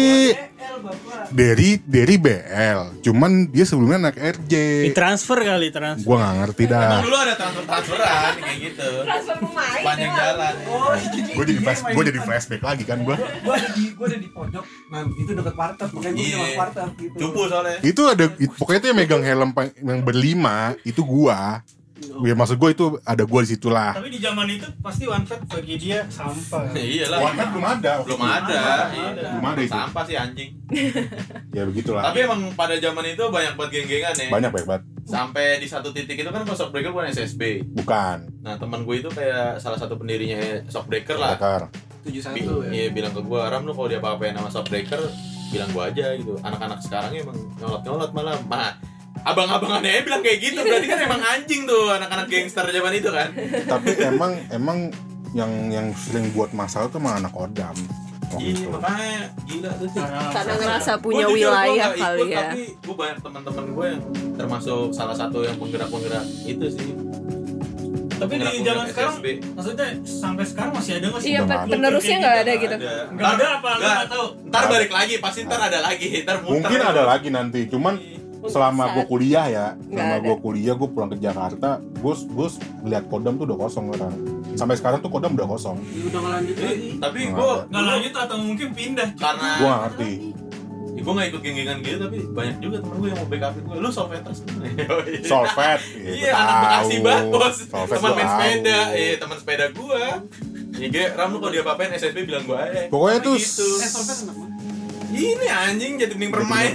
Dari dari B L. Cuman dia sebelumnya anak R J. Ditransfer kali, transfer. Gua nggak ngerti Emang dah. dulu ada transfer-transferan kayak gitu. Transfer pemain. Panjang jalan. Gue jadi flash, gue jadi flashback lagi kan gue. Gue ada di gue ada di pojok. Nah, itu dekat warteg, makanya gue Iya. dekat warteg gitu. Cupu soalnya. Itu ada, it- pokoknya itu yang megang helm pa- yang berlima itu gua. Ya maksud gue itu ada gua di situ lah. Tapi di zaman itu pasti one fat bagi dia sampah. Iyalah. Warnet belum ada. Belum ada. Iya. Belum ada itu. Sampah sih anjing. Ya begitulah. Tapi emang pada zaman itu banyak banget geng-gengan ya. Banyak banyak banget. Sampai di satu titik itu kan pas Shockbreaker bukan S S B. Bukan. Nah teman gue itu kayak salah satu pendirinya Shockbreaker lah. Bakar. tujuh Bi- satu ya. Iya bilang ke gue, Ram lu kalau dia apa-apain sama Shockbreaker bilang gue aja gitu. Anak-anak sekarang emang nyolot-nyolot malah. Mah abang-abangannya bilang kayak gitu. Berarti kan emang anjing tuh anak-anak gangster zaman itu kan. Tapi emang emang yang yang sering buat masalah tuh emang anak Kodam. waktu Iya itu. makanya gila tuh sih. Karena ngerasa Gua punya jujur, gua wilayah nggak kali ikut, ya. Tapi gue banyak teman-teman gue yang termasuk salah satu yang penggerak-penggerak itu sih. Tapi di Penggerak-penggerak zaman sekarang, S S B. maksudnya sampai sekarang masih ada nggak sih? Iya, Udah nggak ada. penerusnya nggak ada gitu. Nggak ada apa? Lu Nggak. nggak tahu. Ntar balik lagi, pasti ntar ada lagi. Ntar muter. Mungkin ada lagi nanti, cuman selama gue kuliah ya, Nggak selama ada. gue kuliah gue pulang ke Jakarta, gue gue lihat Kodam tuh udah kosong orang. Sampai sekarang tuh Kodam udah kosong. Udah nggak lanjut lagi. Jadi, tapi Nggak gue ada. Nggak lanjut atau mungkin pindah. karena Gue gak ngerti. ya, gue nggak ikut geng-gengan gitu, tapi banyak juga temen gue yang mau backupin gue. Lu Solveters kan? Solvet. Iya, anak Bekasi banget bos. Solvet Teman gua main tahu. sepeda, iya teman sepeda gue. Iya, Ram lu kalau dia apa-apain S S B bilang gue aja. Pokoknya tuh gitu. Eh, Solvet anak mana? Ini anjing jadi mending bermain.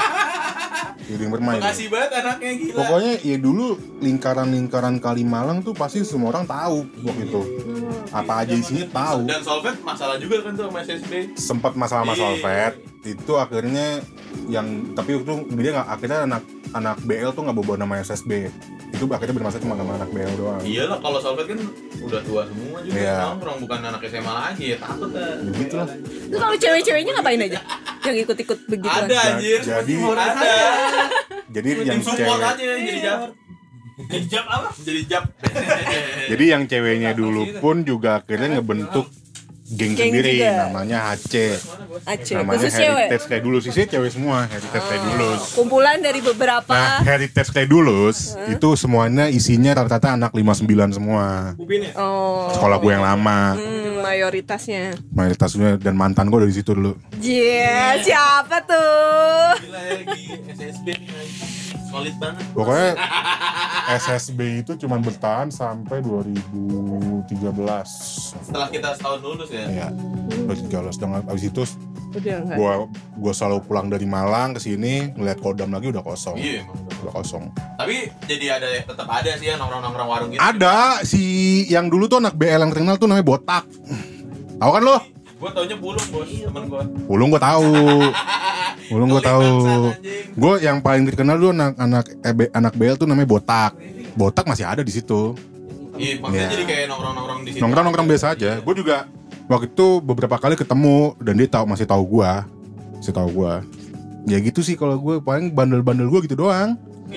Jadi bermain. Makasih banget anaknya gila. Pokoknya ya dulu lingkaran-lingkaran Kalimalang tuh pasti semua orang tahu waktu itu. Apa aja isinya tahu. Dan Solvet masalah juga kan tuh sama S S B. Sempat masalah sama Iya. Solvet itu akhirnya yang tapi itu dia nggak akhirnya anak anak B L tuh nggak bawa nama S S B. Itu akhirnya bermasalah cuma sama anak B L doang. Iyalah kalau Solvet kan udah tua semua juga Iya. nongkrong, bukan anak S M A lagi ya takut dah. Begitu lah. Itu kalau cewek-ceweknya ngapain aja? Yang ikut-ikut begitu. Ada anjir. Jadi ada. jadi Tim yang support cewek aja jadi jap. Jadi jab apa? Jadi jap. jadi yang ceweknya dulu pun juga akhirnya ngebentuk geng, Geng sendiri juga. namanya H C. Aceh, Namanya khusus cewek. Heritage kayak dulu sih cewek semua Heritage kayak dulu. Kumpulan dari beberapa. Nah, Heritage kayak dulu itu semuanya isinya rata-rata anak lima puluh sembilan semua. Ubin ya? Oh. Sekolah gue yang lama, Hmm, mayoritasnya. mayoritasnya dan mantan gue dari situ dulu. Yeah, siapa tuh? Gila lagi S S B nih, solid banget. Pokoknya S S B itu cuma bertahan sampai dua ribu tiga belas. Setelah kita setahun lulus ya. Ya, dua ribu tiga belas. Dan abis itu Udah enggak. gue gue selalu pulang dari Malang ke sini ngeliat Kodam lagi udah kosong. Iya emang. udah. Udah kosong. Tapi jadi ada tetap ada sih ya nongkrong-nongkrong warung gitu. Ada si yang dulu tuh anak B L yang terkenal tuh namanya Botak. Tahu kan lo? Gue taunya Bulung bos, temen gue. Ulung gue tahu. Ulung gue tahu. Gue yang paling terkenal dulu anak anak eh, B- anak B L tuh namanya Botak. Botak masih ada di situ. Iya, maksudnya Iya. jadi kayak nongkrong-nongkrong di situ. Nongkrong-nongkrong biasa aja. Gue juga waktu itu beberapa kali ketemu dan dia tahu masih tahu gue, masih tahu gue. Ya gitu sih kalau gue paling bandel-bandel gue gitu doang.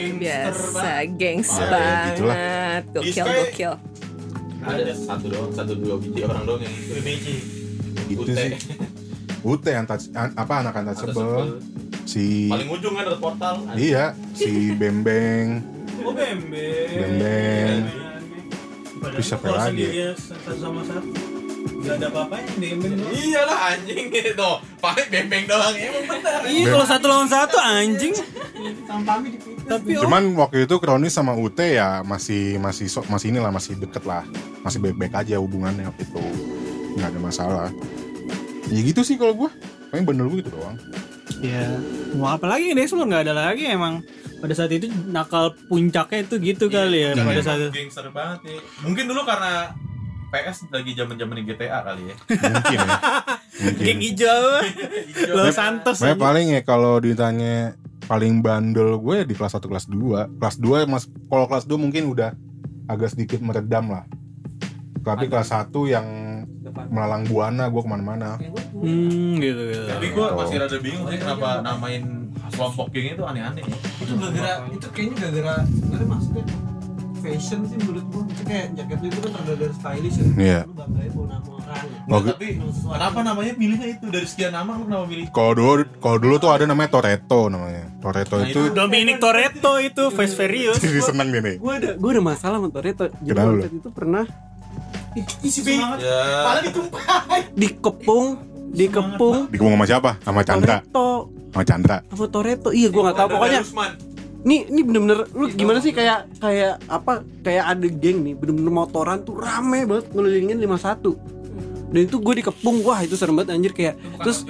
Biasa, gengs Ya, kayak gitulah. banget. Gokil, Di Sky- gokil. Ada satu doang, satu dua biji orang doang yang itu. Biji. Gitu Ute. sih. Ute yang touch, an- apa anak anak Ada sebel. sebel. Si Paling ujung kan ada portal. iya, si Bembeng. Oh Bembe. Bembeng. Terus siapa lagi? Dia satu sama satu. Gak ada apa-apanya nih bembeng. Iyalah anjing gitu. Paling bembeng doang emang bener. Iya kalau satu lawan satu anjing. Tapi oh, Cuman waktu itu Kronis sama U T ya masih masih so, masih inilah masih deket lah, masih baik-baik aja hubungannya waktu itu, nggak ada masalah. Ya gitu sih kalau gue, paling bener gue gitu doang. ya mau apa lagi deh, sebelum nggak ada lagi emang. Pada saat itu nakal puncaknya itu gitu kali ya. Iya, Pada emang saat itu. gangster banget nih. Mungkin dulu karena P S lagi zaman-zaman G T A kali ya. Mungkin ya. Mungkin. Geng hijau, Los Santos. Saya aja. paling ya kalau ditanya paling bandel gue ya di kelas satu kelas dua. Kelas dua mas kalau kelas dua mungkin udah agak sedikit meredam lah. Tapi kelas satu yang melalang buana gue kemana-mana. Hmm gitu gitu. Tapi gue masih rada bingung sih kenapa namain kelompok geng itu aneh-aneh. Itu gara-gara itu kayaknya gara-gara sebenarnya maksudnya fashion sih menurut gua. Itu kayak jaket lu itu kan rada stylish ya. Iya. Lu banggain bawa nama orang. Nggak, tapi kenapa namanya pilihnya itu dari sekian nama lu kenapa pilih? Kalau dulu kalau dulu tuh ada namanya Toretto namanya. Toretto Nah, itu Dominic Toretto itu Fast Furious. jadi seneng nih nih. Gua ada gua ada masalah sama Toretto. Jadi Kenapa lu? waktu itu pernah Isi banget. Ya. Malah ditumpahin. dikepung, dikepung Dikepung sama siapa? Sama Chandra. Toretto, Sama Chandra. sama Toretto. Iya gua enggak tahu pokoknya. Nih, ini bener-bener lu gimana sih kayak kayak apa kayak ada geng nih bener-bener motoran tuh rame banget ngelilingin lima puluh satu. Dan itu gue dikepung, wah itu serem banget anjir kayak terus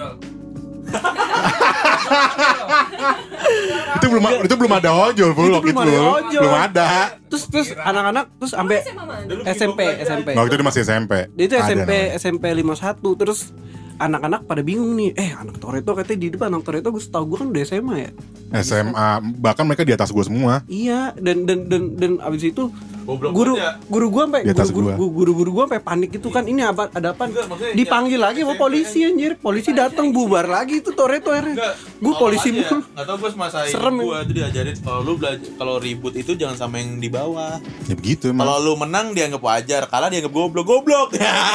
Itu belum itu belum ada ojol Itu Bulog belum itu. ada ojol. Belum ada. terus terus anak-anak terus sampai S M A mana? S M P S M P. Waktu itu dia masih S M P. Dia itu Ada S M P namanya. S M P lima puluh satu terus anak-anak pada bingung nih, eh anak Toretto katanya di depan anak Toretto gue setahu gue kan udah S M A ya. S M A bahkan mereka di atas gue semua. Iya dan dan dan dan abis itu Goblok guru banget ya. guru gua sampai Di atas guru gua. guru guru guru gua sampai panik itu kan ini apa ada apa Enggak, maksudnya dipanggil yang lagi sama S M P polisi anjir polisi datang bubar lagi itu Toretto akhirnya Enggak, gua polisi aja. mulu Nggak tahu gue semasa Serem, gue itu diajarin kalau lu belajar kalau ribut itu jangan sama yang di bawah. Ya begitu emang. Kalau lu menang dianggap wajar, kalah dianggap goblok goblok.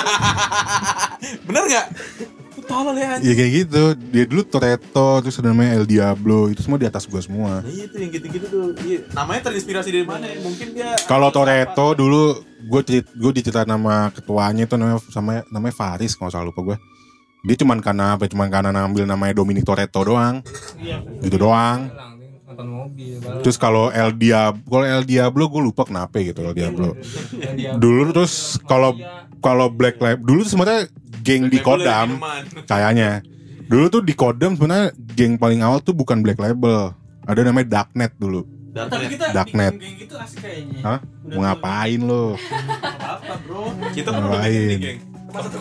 Bener nggak? Tolol ya. Ya kayak gitu. Dia dulu Toretto terus ada namanya El Diablo itu semua di atas gue semua. Nah, itu yang gitu-gitu tuh. Iya. Namanya terinspirasi dari mana? ya? Mungkin dia Kalau Toretto dulu gue cerit gue diceritain nama ketuanya itu namanya sama namanya Faris kalau salah lupa gue. Dia cuman karena apa? Cuman karena ngambil namanya Dominic Toretto doang. Gitu doang. Terus kalau El Diablo, kalau El Diablo gue lupa kenapa gitu El Diablo. Dulu terus kalau kalau Black Label dulu tuh sebenarnya geng di Kodam kayaknya. Dulu tuh di Kodam sebenarnya geng paling awal tuh bukan Black Label. Ada namanya Darknet dulu. Tapi kita Darknet. geng gitu asik kayaknya. Hah? Mau ngapain lo? Apa bro? Kita kan udah Ngapain? bikin nih, geng.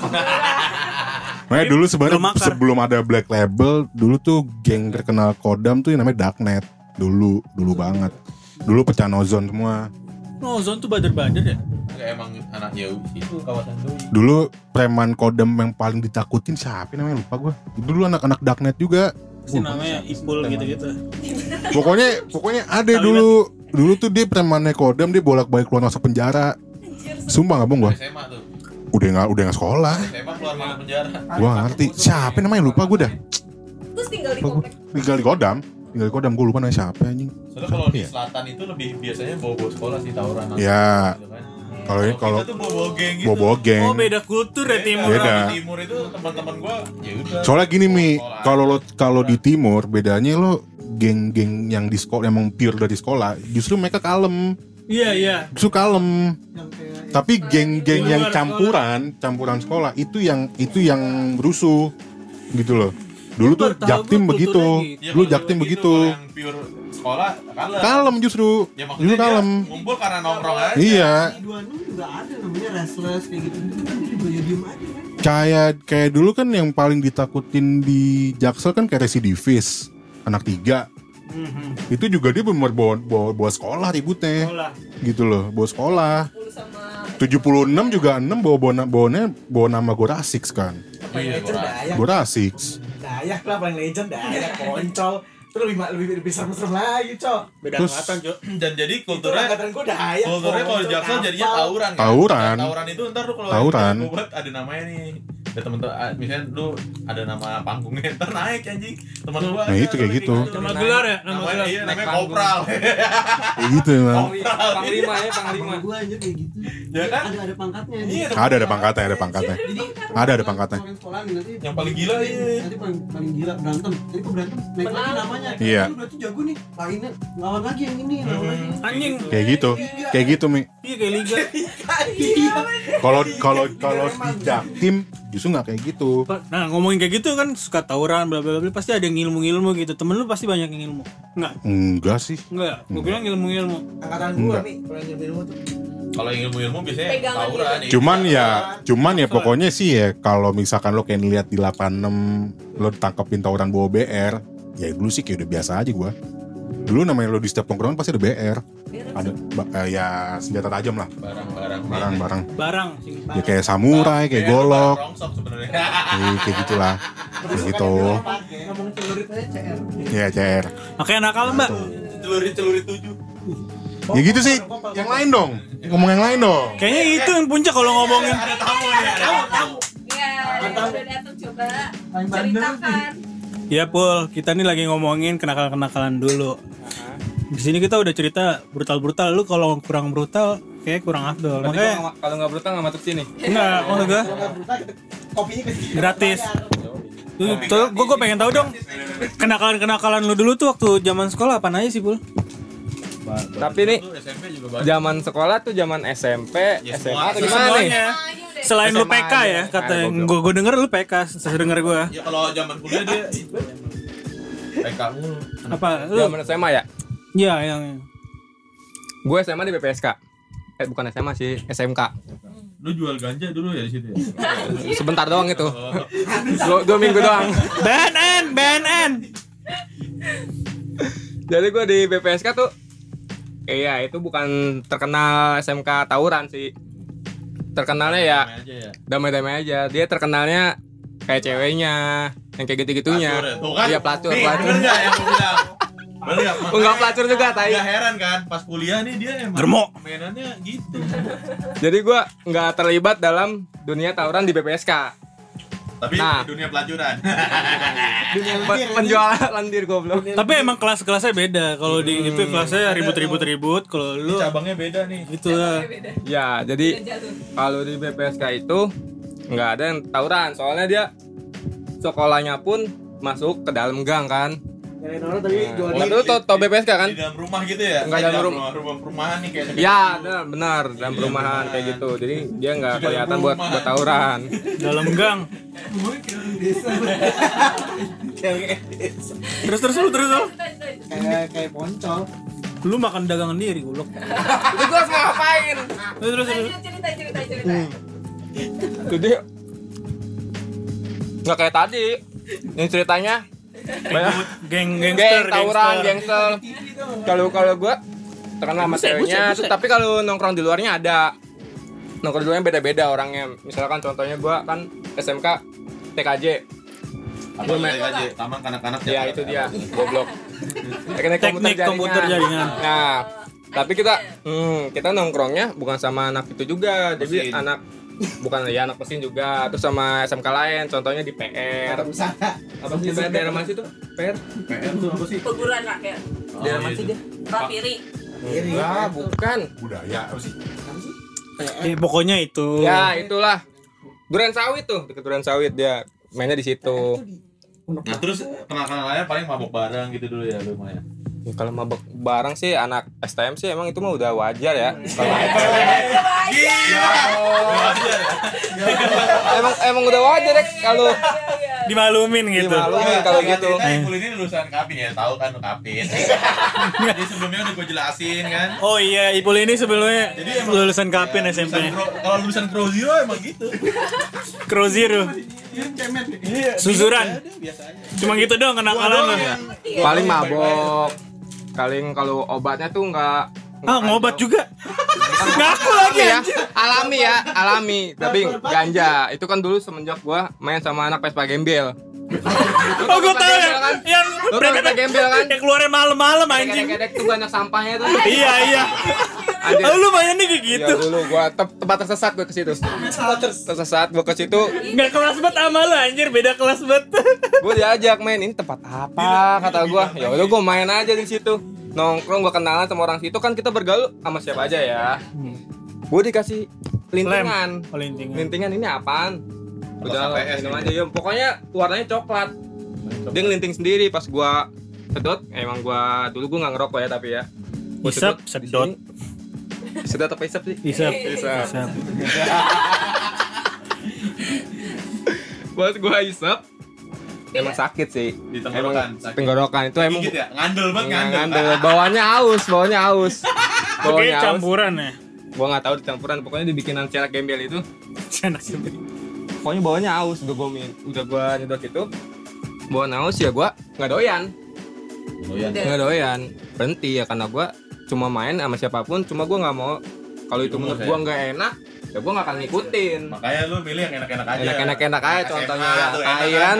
Makanya dulu sebenarnya Belum makar. sebelum ada Black Label, dulu tuh geng terkenal Kodam tuh yang namanya Darknet. Dulu, dulu banget. Dulu pecah nozon semua. Nozon tuh badar-badar ya? Enggak emang anak Yau itu kawasan Doi. Dulu preman Kodam yang paling ditakutin siapa namanya lupa gue. Dulu anak-anak Darknet juga. Pasti namanya Ipul gitu-gitu. Pokoknya pokoknya ada dulu. Dulu tuh dia premannya Kodam, dia bolak-balik keluar masuk penjara. Sumpah enggak bohong gua. S M A tuh. Udah enggak udah enggak sekolah. S M A keluar masuk penjara. Gua nggak ngerti. Siapa namanya lupa gue dah. Terus tinggal di Lupa gua. komplek. Tinggal di Kodam. Tinggal di Kodam gue lupa namanya siapa anjing. Soalnya kalau di Iya. selatan itu lebih biasanya bawa-bawa sekolah sih tawuran. Ya. Gitu kan. Kalau ini kalau kita tuh bawa-bawa geng gitu. bawa geng. Oh beda kultur ya timur. Beda. Di timur itu teman-teman gua ya udah. Soalnya gini Mi, Sekolah. kalau lo kalau di timur bedanya lo geng-geng yang di sekolah emang pure dari sekolah, justru mereka kalem. Iya iya. Justru kalem. Tapi geng-geng Di yang luar campuran, campuran sekolah itu yang itu yang rusuh gitu loh. Dulu tuh Baru tahu Jaktim gua begitu. kulturnya gitu. Ya, Dulu kalau Jaktim begitu. kalau yang pure sekolah kalem. Kalem justru. Ya maksudnya Justru dia kalem. ngumpul karena nongkrong aja. Iya. Di dua puluh enam juga ada namanya restless kayak gitu itu kan dia juga diem aja kan Kayak kayak dulu kan yang paling ditakutin di Jaksel kan kayak residivis, anak tiga. Mhm. Itu juga dia bener bawa, bawa, bawa sekolah ributnya. Sekolah. Gitu loh, bawa sekolah. Sepuluh sama tujuh puluh enam juga enam bawa bawa, bawa, bawa nama Gorasix kan. Iya, gua rasa. Gorasix. Dayak lah paling legend Dayak Poncol. Itu lebih lebih lebih serem-serem lagi, Cok. Beda Terus- angkatan, Cok. Dan jadi Itu kulturnya angkatan gua Dayak. kulturnya kalau di Poncol, Jaksel jadinya kapal. tawuran kan? Tawuran. Nah, tawuran itu ntar lu kalau Tawuran. yang buat ada namanya nih. Ya temen-temen, ah, misalnya lu ada nama panggungnya, ntar naik anjing. Temen gua Nah, ada itu kayak namanya gitu. Nama gelar ya, nama Namanya gelar. iya, namanya Naik panggung. kopral. Kayak gitu emang. Panglima ya, panglima. Gua anjir kayak gitu. Ya kan? Ada ada pangkatnya. Iya, Ada ada pangkatnya, ada pangkatnya. Jadi Ada ada pangkatnya. orang sekolah nih, nanti Yang paling gila, iya. Nanti paling paling gila berantem. Jadi kok berantem naik lagi namanya. Iya. Lu berarti jago nih. Lainnya lawan lagi yang ini, lawan lagi. Anjing. Kayak gitu. Kayak gitu, Mi. Iya kayak liga. Kalau kalau kalau di Jaktim justru nggak kayak gitu. Nah, ngomongin kayak gitu kan suka tawuran bla bla bla, pasti ada yang ilmu-ilmu gitu. Temen lu pasti banyak yang ilmu. Enggak? Enggak sih. Enggak. Gua bilang ilmu-ilmu. Angkatan Enggak. gua nih kalau yang ilmu tuh. Kalau yang ilmu-ilmu biasanya Pegangan tawuran. gitu. Cuman ya, cuman ya pokoknya sih ya kalau misalkan lo kayak lihat di delapan enam lo ditangkepin tawuran bawa B R, ya dulu sih kayak udah biasa aja gua. Dulu namanya lo di setiap tongkrongan pasti ada B R. Ada ba- eh, ya senjata tajam lah, Barang-barang. barang-barang. Barang. Ya kayak samurai, kayak golok, Rongsok sebenarnya. kayak, kayak gitulah. Kayak gitu. Ngomong celurit aja C R. Ya C R. Makanya nakal, Mbak. Celurit-celurit tujuh. Ya gitu sih. Yang lain dong. Ngomong yang lain dong. Kayaknya itu yang puncak kalau ngomongin. Ya, yang udah datang coba ceritakan. Ya Pul, kita nih lagi ngomongin kenakalan-kenakalan dulu. Di sini kita udah cerita brutal-brutal. Lu kalau kurang brutal, kayak kurang afdol. Berarti Makanya gua nggak- kalau nggak brutal nggak masuk sini. enggak, maksud gue Kopinya ke gratis. Tuh, tuh gue gue pengen tahu dong. Kenakalan-kenakalan lu dulu tuh waktu zaman sekolah apa aja sih, Pul? Tapi nih Itu S M P juga banyak. zaman sekolah tuh zaman S M P, Ya, S M A semua- atau gimana nih? Semuanya. Selain lu S M A P K ya, aja. kata Ah, yang goblok. gue gue denger lu P K, sedenger gue. Ya kalau zaman kuliah dia itu P K mulu. Apa? Lu? Zaman S M A ya? Iya, yang Gue S M A di B P S K. Eh bukan S M A sih, S M K. Lu jual ganja dulu ya di situ ya? Sebentar doang itu. Dua, dua minggu doang. B N N, B N N. Jadi gue di B P S K tuh, iya itu bukan terkenal S M K tawuran sih. Terkenalnya ya Main aja ya. damai-damai aja. Dia terkenalnya kayak ceweknya, yang kayak gitu-gitunya. Pelacur ya? Tuh kan? Iya pelacur, Nih, pelacur. bener nggak yang gue bilang? Bener nggak? Oh, nggak pelacur juga, tai. Gak heran kan, pas kuliah nih dia emang Germo. mainannya gitu. Jadi gue nggak terlibat dalam dunia tawuran di B P S K. Tapi Nah. di dunia pelacuran. Pe- Penjualan landir goblok. Tapi emang kelas-kelasnya beda. Kalau di itu kelasnya ribut-ribut-ribut. Kalau lu Cabangnya beda nih. itu lah. Ya, jadi kalau di B P S K itu nggak ada yang tawuran. Soalnya dia sekolahnya pun masuk ke dalam gang kan. Kayak orang tadi jual Tapi lu tau, tau B P S K kan? Di dalam rumah gitu ya? Enggak, Di dalam rumah, rumah perumahan nih kayak. Ya, benar, benar dalam perumahan kayak gitu. Jadi dia nggak Di dalam kelihatan buat perumahan. buat tawuran. Dalam gang. Terus terus lu terus lu. kayak kayak poncol. Lu makan dagangan diri goblok. Itu gua harus ngapain? Terus terus. terus. Lanjut cerita cerita cerita. Jadi nggak kayak tadi. Ini ceritanya banyak Geng geng gangster, tawuran, gangster. gangster. Kalau kalau gua terkenal sama ceweknya, tuh, tapi kalau nongkrong di luarnya ada. Nongkrong di luarnya beda-beda orangnya. Misalkan contohnya gua kan S M K T K J. Apa Gua main- aja? Taman kanak-kanak Ya itu dia, goblok. Teknik Teknik komputer jaringan. Nah, tapi kita hmm, kita nongkrongnya bukan sama anak itu juga. Jadi Mesin. anak bukan ya anak mesin juga, terus sama S M K lain, contohnya di P R. usaha. Apa sih P R daerah mana sih tuh? P R? P R tuh apa sih? Perguruan rakyat. Daerah mana sih dia? Rapiri. Enggak, bukan. Budaya apa sih? Eh, pokoknya itu. Ya, itulah. Duren Sawit tuh, dekat Duren Sawit dia. Mainnya di situ. Nah terus kenal-kenalannya paling mabok bareng gitu dulu ya lumayan. Ya, kalau mabok bareng sih anak S T M sih emang itu mah udah wajar ya. Kalau Gila. Wajar ya. emang emang udah wajar ya kalau Dimalumin gitu. dimalumin kalau gitu. Nah, kuliah ini lulusan Kapin ya, tahu kan lu Kapin. Jadi sebelumnya udah gue jelasin kan. Oh iya, Ipul ini sebelumnya Jadi emang- lulusan Kapin S M P. Lulusan Cro- Kalau lulusan Crow Zero emang gitu. Crow Zero. Iya, Susuran. biasa aja. Cuma gitu doang kenakalan lu. Paling mabok. Paling kalau obatnya tuh enggak Ah, ngobat juga. Ngaku lagi ya, anjir. alami ya, alami. Tapi ganja itu kan dulu semenjak gua main sama anak Vespa gembel. Oh, gue tahu ya. Kan? Yang Lu tau Vespa gembel kan? yang keluarnya malam-malam anjing. Kedek-kedek tuh banyak sampahnya tuh. Iya, iya. Anjir. Oh lu mainnya kayak Iya gitu. dulu gua te- tempat tersesat gua ke situ. Tersesat gua ke situ. Nggak kelas banget sama lu anjir, beda kelas banget. Gua diajak main, ini tempat apa kata gua. Ya udah gua main aja di situ. Nongkrong gua kenalan sama orang situ, kan kita bergaul sama siapa aja ya. Gua dikasih lintingan. Oh, lintingan. Lintingan ini apaan? Udah H P S minum gitu. aja ya. Pokoknya warnanya coklat. Dia ngelinting sendiri pas gua sedot. Emang gua dulu gua nggak ngerokok ya tapi ya. Gua Isep, sedot di sedot. sini. Sedot apa isep sih? Isep. Isep. Isep. Pas gua isep emang sakit sih. Di tenggorokan, Emang sakit. tenggorokan itu emang Gigit ya? Ngandel banget Nggak ngandel. ngandel. Bawahnya aus, bawahnya aus. Oke, Bawahnya aus. campuran ya. Gua nggak tahu dicampuran, pokoknya dibikinan celak gembel itu. Enak sih. Pokoknya bawahnya aus, udah gua min, udah gua nyedot itu. Bawa aus ya gua nggak doyan. Doyan. Nggak doyan. Berhenti ya karena gua cuma main sama siapapun, cuma gua nggak mau kalau itu Itu menurut mau gua nggak enak, ya gua nggak akan ngikutin. Makanya lu milih yang enak-enak aja. Enak-enak enak aja S M A contohnya tuh, ya enak Thailand.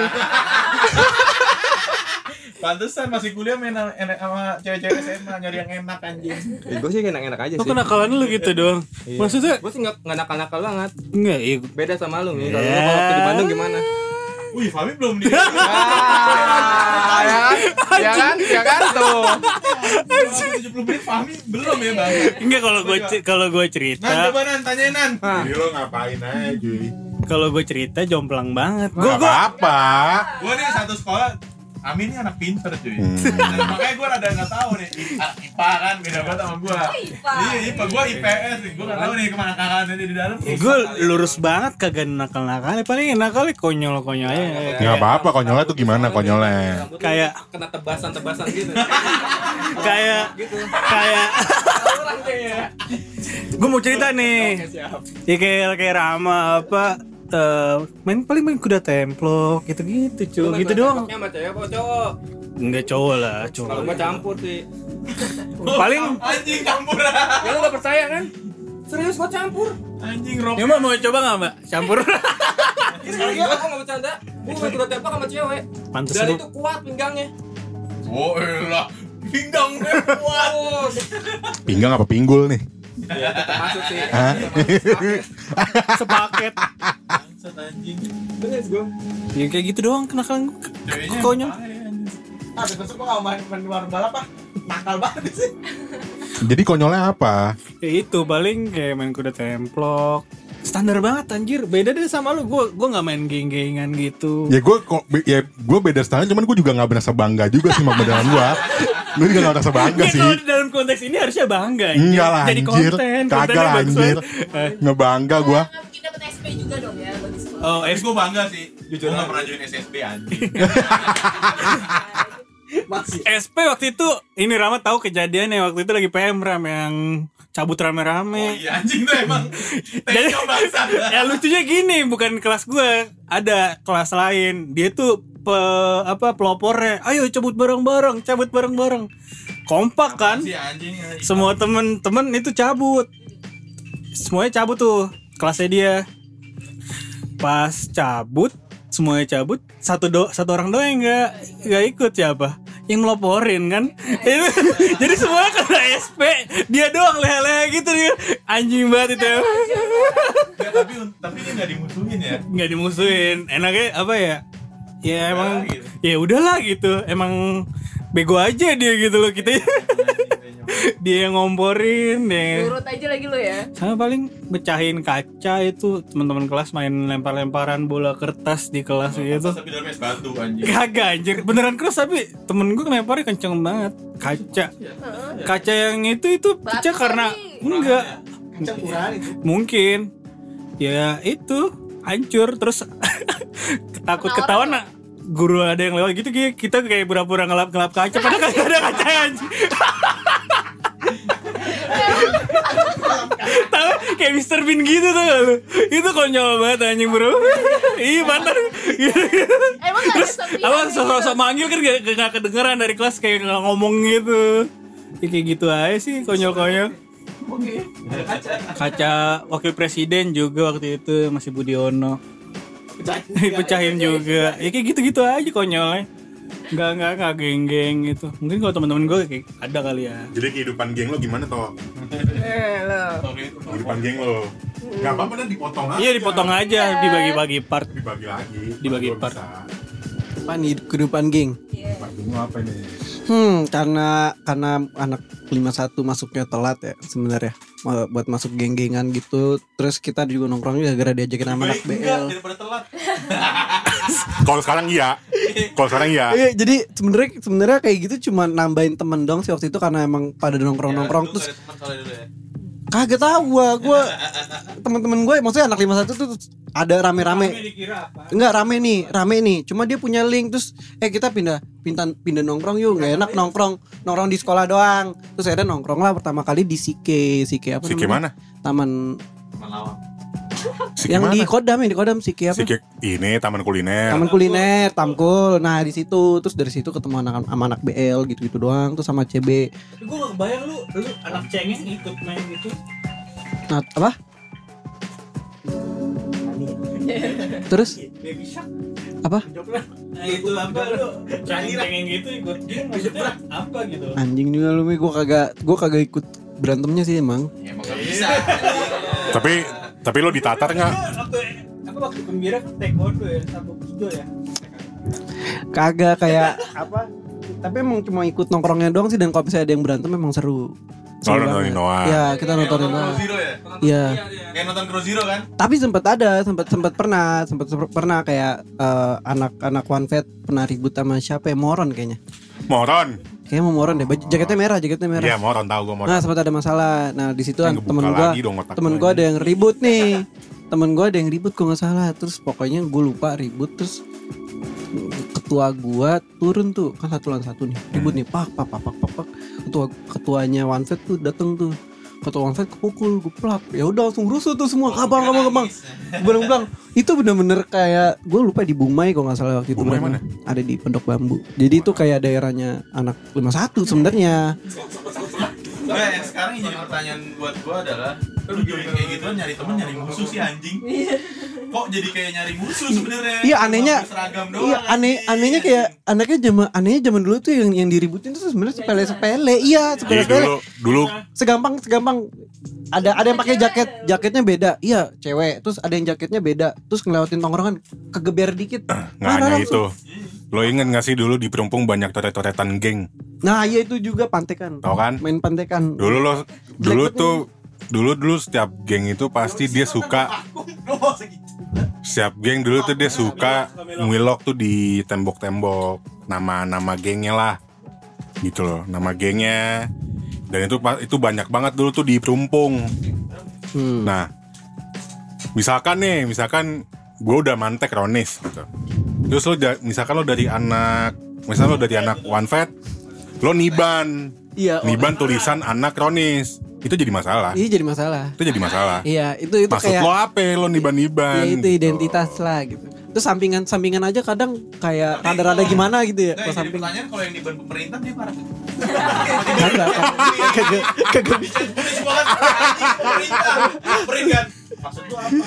Pantesan masih kuliah main enak sama cewek-cewek S M A nyari yang enak anjing. Ya, gua sih enak-enak aja Oh sih. kenakalan lu gitu doang. Iya. Maksudnya Gua sih nggak nggak nakal-nakal banget. enggak iya. Beda sama lu nih. Kalau Ya. lu kalau waktu di Bandung gimana? Wih, Fahmi belum di. Ah, ya kan? Ya kan? Ya kan tuh. tujuh puluh menit Fahmi belum ya, Bang. Enggak kalau gue kalau gue Nan, cerita, coba Nan, tanyain Nan. Ah. Jadi lo ngapain aja? kalau gue cerita jomplang banget. Gue Gak apa-apa. Gua nih satu sekolah, Amin ini anak pinter cuy. Hmm. Dan makanya gue rada nggak tahu nih, I P A kan beda banget sama gue. I P A. Iya, I P A gue I P S nih, gue nggak tahu nih kemana kakaknya di dalam. gue lurus banget kagak nakal-nakal, paling nakal konyol-konyol aja. Gak apa-apa, konyolnya tuh gimana konyolnya? Kayak Kena tebasan-tebasan gitu. kayak kayak gue mau cerita nih. Ya kayak kayak Rama apa eh, main paling main kuda templok gitu-gitu cuy. Gitu doang. Sama cewek apa cowok? Enggak cowok lah, Kalau cowok. gua campur sih. Paling Anjing campur. Ya lu gak percaya kan? Serius gua campur. Anjing rock. ya Mbak mau coba nggak Mbak campur? Serius gua gak bercanda. Gua main kuda templok sama cewek. Pantes Dan lu. itu kuat pinggangnya. Oh elah, pinggang gue kuat. Terus. Pinggang apa pinggul nih? Ya tetap masuk sih. Hah? Sepaket. Bangsat anjing. Terus gua. Ya kayak gitu doang kenakalan gue. Ceweknya Konyol. yang mana ya, anjing? Ah, besok gua gak main main luar balap ah. Nakal banget sih. Jadi konyolnya apa? Ya itu paling kayak main kuda templok. Standar banget anjir. Beda deh sama lu. Gue gue nggak main geng-gengan gitu. Ya gue kok ya gue beda standar, cuman gue juga nggak berasa bangga juga sih sama bedalan gue. Gue juga nggak merasa bangga Nggak, sih. kalau dalam konteks ini harusnya bangga. anjir. Enggak lah Jadi anjir, konten. kagak kontennya lah bagus anjir. banget. Eh, Ngebangga gue. Nggak mungkin dapat S P juga dong ya bagi sekolah. Oh, Eh, es gue bangga sih. Jujur nggak pernah join S S B anjing. Masih. S P waktu itu ini Rama tahu kejadiannya waktu itu lagi P M Ram yang cabut Oh rame-rame. iya anjing tuh emang. Jadi Teko bangsat. ya lucunya gini, bukan kelas gue, ada kelas lain. Dia tuh pe, apa pelopornya. Ayo cabut bareng-bareng, cabut bareng-bareng. Kompak kan? Si anjing. anjing. Semua temen-temen itu cabut. Semuanya cabut tuh kelasnya dia. Pas cabut, semuanya cabut. Satu do, satu orang doang yang nggak nggak ikut siapa? Yang meloporin kan? Jadi semua kena S P. Dia doang leha-leha gitu dia. Anjing banget itu. Ya, tapi tapi dia nggak dimusuhin ya. Nggak dimusuhin. Enaknya apa ya? Ya emang gitu. ya udahlah gitu. Emang bego aja dia gitu loh kita. Dia yang ngomporin, dia Nurut aja lagi lu ya. sama paling mecahin kaca itu teman-teman kelas main lempar-lemparan bola kertas di kelas gitu. Tapi dalamnya es batu anjing. Kagak anjir, beneran keras tapi temen gue ngelemparnya kenceng banget. Kaca. Kaca yang itu itu pecah Batu karena nih. enggak Campuran itu. mungkin. Ya itu hancur terus takut ketahuan nah, guru ada yang lewat gitu kayak kita kayak pura-pura ngelap-ngelap kaca padahal kagak ada kaca anjing. Tahu kayak mister Bean gitu tuh lu. Itu konyol banget anjing bro. Iya mantan. Emang nggak ada Terus serpihan apa gitu? sosok-sosok manggil kan gak, gak kedengeran dari kelas kayak nggak ngomong gitu. Ya, kayak gitu aja sih konyol-konyol. Kaca wakil presiden juga waktu itu masih Budiono. Pecahin juga. Ya kayak gitu-gitu aja konyolnya. Enggak, enggak, enggak geng-geng gitu. Mungkin kalau teman-teman gue kayak ada kali ya. Jadi kehidupan geng lo gimana toh? Eh, lo. Kehidupan geng lo. Gak apa-apa dan dipotong aja. Iya, dipotong aja, dibagi-bagi part. Dibagi lagi. Dibagi Kalau part. bisa. Apa nih kehidupan geng? Kehidupan geng lo apa nih? Hmm, karena karena anak lima satu masuknya telat ya sebenarnya. Ma- buat masuk geng-gengan gitu. Terus kita juga nongkrong juga gara diajakin sama anak B L. daripada telat. Kalau sekarang iya. Kalau sekarang iya. Iya, jadi sebenarnya sebenarnya kayak gitu cuma nambahin temen dong sih waktu itu karena emang pada nongkrong-nongkrong terus kagak tahu gua, gua teman-teman gue maksudnya anak lima satu tuh ada rame-rame. Enggak rame nih, rame nih. Cuma dia punya link terus eh kita pindah pindah pindah nongkrong yuk, enggak enak nongkrong nongkrong di sekolah doang. Terus akhirnya nongkrong lah pertama kali di Sike, Sike apa Sike namanya? mana? Taman Sike yang mana? di Kodam, yang di Kodam Sike apa? Sike ini taman kuliner. Taman kuliner, Tamkul. Nah, di situ terus dari situ ketemu anak sama anak B L gitu-gitu doang, terus sama C B. Tapi gue gak kebayang lu, lu anak cengeng ikut main gitu. Nah, apa? Terus Baby Shark. apa? Nah itu apa lu cengeng gitu ikut geng maksudnya apa gitu. Anjing juga lu, gue kagak gue kagak ikut berantemnya sih emang. Emang gak bisa. Tapi tapi lo ditatar nggak? Waktu apa waktu gembira kan taekwondo ya, sabuk hijau ya. Kagak kayak apa? Tapi emang cuma ikut nongkrongnya doang sih, dan kalau misalnya ada yang berantem emang seru. Oh, Seru nontonin banget. doang. Iya, kita nontonin Crow doang. Zero ya? Iya. Kayak nonton Crow Zero kan? Tapi sempat ada, sempat sempat pernah, sempat pernah kayak eh, anak-anak One Fat pernah ribut sama siapa ya? Moron kayaknya. Moron. Kayaknya mau Moron deh. Baju jaketnya merah, jaketnya merah. Iya, moron tahu gue moron. Nah, sempat ada masalah. Nah, di situ Yang temen ngebuka gua, lagi dong otak temen gua gua ini. ada yang ribut nih. Temen gua ada yang ribut kok nggak salah. Terus pokoknya gue lupa ribut, terus ketua gua turun tuh, kan satu lawan satu nih. Ribut nih, pak pak pak pak pak. pak. Ketua ketuanya One Fat tuh dateng tuh. Ketua One Fat kepukul, geplak. Ya udah langsung rusuh tuh semua. Abang abang abang. Gue bilang itu bener-bener kayak gue lupa di Bumai kalau nggak salah waktu itu. Bumai berapa. mana? Ada di Pondok Bambu. Jadi itu kayak daerahnya anak lima satu sebenarnya. Nah, yang sekarang yang jadi pertanyaan buat gua adalah lu jadi kayak gitu nyari temen nyari musuh sih anjing. Kok jadi kayak nyari musuh sebenarnya? Iya anehnya, Cuma seragam doang, iya aneh anjing. anehnya kayak anaknya zaman anehnya zaman dulu tuh yang yang diributin tuh sebenarnya sepele sepele, iya sepele Jadi sepele, dulu dulu segampang segampang ada ada yang pakai jaket jaketnya beda, iya cewek, terus ada yang jaketnya beda, terus ngelewatin tongkrongan kegeber dikit, nggak marah hanya langsung. itu. Lo inget gak sih dulu di Perumpung banyak toret-toretan geng? Nah iya itu juga pantekan, Tau kan? main pantekan. Dulu lo dulu Jelek tuh dulu dulu setiap geng itu pasti dia suka setiap geng dulu tuh dia suka ngilok tuh di tembok-tembok nama-nama gengnya lah gitu loh, nama gengnya. Dan itu pa- itu banyak banget dulu tuh di Perumpung. Hmm. Nah, misalkan nih, misalkan gue udah mantek Ronis gitu. Terus lo ja- misalkan lo dari anak, misalkan lo dari anak One Fat, lo niban, Iya. oh, niban tulisan anak Ronis, itu jadi masalah. Iya jadi masalah. Itu jadi masalah. Iya itu itu Maksud kayak lo apa? Lo niban-niban. ya itu gitu. identitas lah gitu. Terus sampingan sampingan aja kadang kayak rada-rada gimana gitu ya. Nah, Kalau jadi samping pertanyaan kalau yang diban pemerintah dia marah. kagak kagak kagak Semua kan anjing, pemerintah. Pemerintah. Maksud lu apa?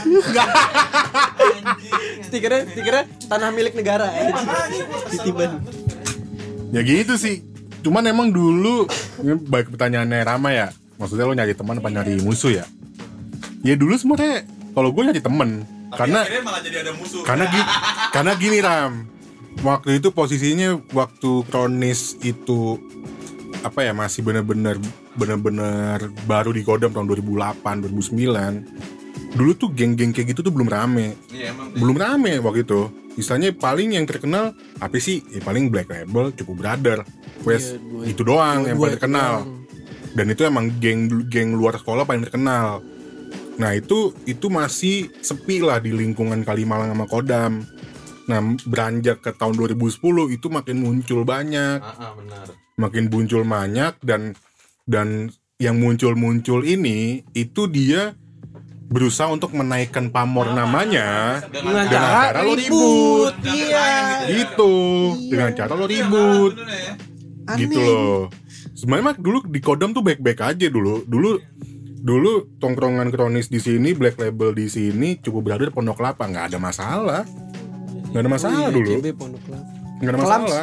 Anjing. stikernya stikernya tanah milik negara ya. Ditiban. Ya gitu sih. Cuman emang dulu ini baik pertanyaannya Rama ya. Maksudnya lo nyari teman apa nyari musuh ya? Ya dulu sebenarnya kalau gue nyari temen. Tapi Karena akhirnya malah jadi ada musuh. karena gini, karena gini Ram. Waktu itu posisinya waktu Kronis itu apa ya masih benar-benar benar-benar baru di Kodam tahun dua ribu delapan dua ribu sembilan. Dulu tuh geng-geng kayak gitu tuh belum rame. Iya, emang. Belum rame waktu itu. Istilahnya paling yang terkenal apa sih? Ya paling Black Label, Cukup Brother. Wes Iya, dua- itu doang yang dua paling itu terkenal. doang. Dan itu emang geng-geng luar sekolah paling terkenal. Nah itu itu masih sepi lah di lingkungan Kalimalang sama Kodam. Nah beranjak ke tahun dua ribu sepuluh itu makin muncul banyak, Ah, ah, benar. makin muncul banyak dan dan yang muncul-muncul ini itu dia berusaha untuk menaikkan pamor namanya Dengan dengan cara cara lo ribut. ribut, Iya. gitu, dengan cara lo ribut, Bener ya. Aneh. gitu loh. Sebenarnya mah dulu di Kodam tuh baik-baik aja dulu, dulu dulu tongkrongan Kronis di sini, Black Label di sini, Cukup Brother Pondok Kelapa nggak ada masalah, nggak ada masalah Oh iya, dulu, C B Pondok Kelapa. nggak ada Kelams. masalah.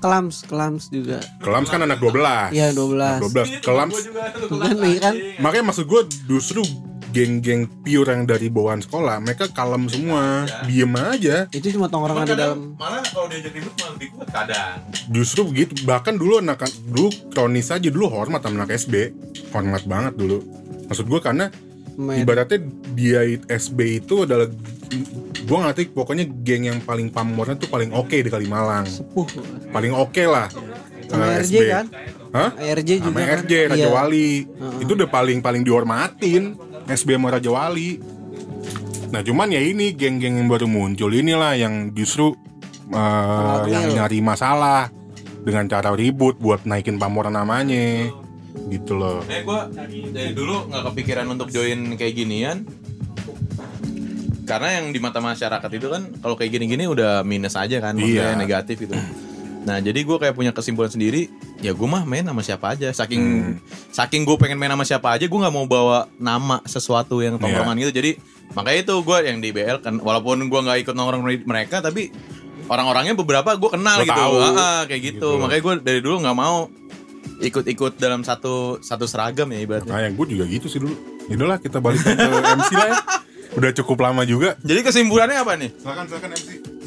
Kelams, Kelams juga. Kelams kan anak dua belas. Iya, dua belas. dua belas. Kelams. Kan nih kan. Makanya maksud gue justru geng-geng pure yang dari bawaan sekolah, mereka kalem semua, diem aja. Itu cuma tongkrongan di dalam. Malah kalau diajak ribut malah lebih kuat kadang. Justru begitu. Bahkan dulu anak dulu Kronis aja dulu hormat sama anak S B, hormat banget dulu. Maksud gue karena Main. ibaratnya dia S B itu adalah, gue ngerti pokoknya geng yang paling pamornya tuh paling oke di Kalimalang, Sepuh. paling oke lah. Sama eh, R J S B. kan? Hah? R J juga Sama kan? R J, Raja Iya. Wali. Itu udah paling paling dihormatin S B sama Raja Wali. Nah cuman ya ini geng-geng yang baru muncul inilah yang justru uh, yang nyari masalah dengan cara ribut buat naikin pamor namanya gitu loh. Eh gue dari dulu nggak kepikiran untuk join kayak ginian. Karena yang di mata masyarakat itu kan kalau kayak gini-gini udah minus aja kan, maksudnya Iya. negatif gitu. Nah jadi gue kayak punya kesimpulan sendiri, ya gue mah main sama siapa aja. Saking Hmm. saking gue pengen main sama siapa aja, gue nggak mau bawa nama sesuatu yang tongkrongan Iya. gitu. Jadi makanya itu gue yang di B L kan, walaupun gue nggak ikut nongkrong mereka, tapi orang-orangnya beberapa gue kenal Lo gitu. tahu. Ah, ah, kayak gitu. Gitu. Makanya gue dari dulu nggak mau ikut-ikut dalam satu satu seragam ya ibaratnya. Nah yang gue juga gitu sih dulu. Yaudahlah kita balik ke M C lah ya. Udah cukup lama juga. Jadi kesimpulannya apa nih? Silakan silakan M C.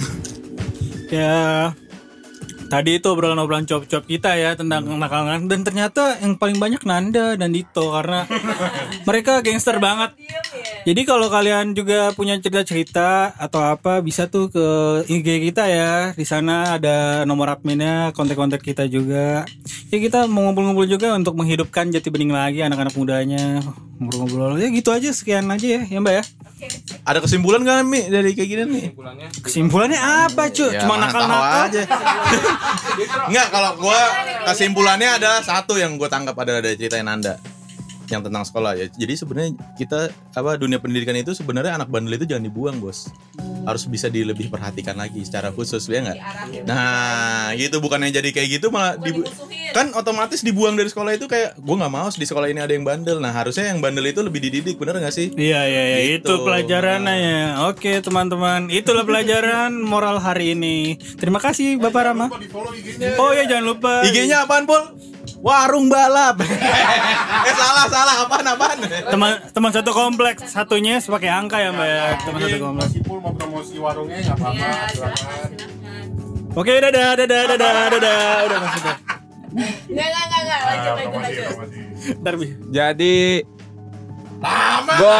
Ya tadi itu obrolan-obrolan cop-cop kita ya tentang kenakalan, dan ternyata yang paling banyak Nanda dan Dito karena mereka gangster banget. Jadi kalau kalian juga punya cerita-cerita atau apa bisa tuh ke I G kita ya. Di sana ada nomor adminnya, kontak-kontak kita juga. Ya kita mau ngumpul-ngumpul juga untuk menghidupkan Jati Bening lagi anak-anak mudanya. Ngobrol-ngobrol ya gitu aja, sekian aja ya, ya Mbak ya. Ada kesimpulan gak Mi dari kayak gini nih? Kesimpulannya apa, Cuk? Ya, Cuma mana tahu nakal-nakal aja. Enggak, kalau gua kesimpulannya adalah satu yang gua tangkap adalah dari cerita Nanda yang tentang sekolah ya. Jadi sebenarnya kita apa dunia pendidikan itu sebenarnya anak bandel itu jangan dibuang, Bos. Harus bisa di lebih perhatikan lagi secara khusus ya enggak? Nah, gitu bukannya jadi kayak gitu malah dibu- kan otomatis dibuang dari sekolah itu kayak gua nggak mau di sekolah ini ada yang bandel. Nah, harusnya yang bandel itu lebih dididik, bener enggak sih? Iya iya iya Gitu. itu pelajarannya ya. Oke teman-teman, itulah pelajaran moral hari ini. Terima kasih Bapak Rama. Oh ya jangan lupa. I G-nya apaan, Pul? Warung balap. eh salah salah apaan apaan? Teman teman satu kompleks, satunya pakai angka ya Mbak ya. Teman satu kompleks. Meskipun mau promosi warungnya nggak apa-apa. Silakan. Oke dadah dadah dadah dadah udah masuk dah. Enggak enggak enggak enggak lanjut lanjut Promosi, lanjut. promosi. Ntar Bi. Jadi gua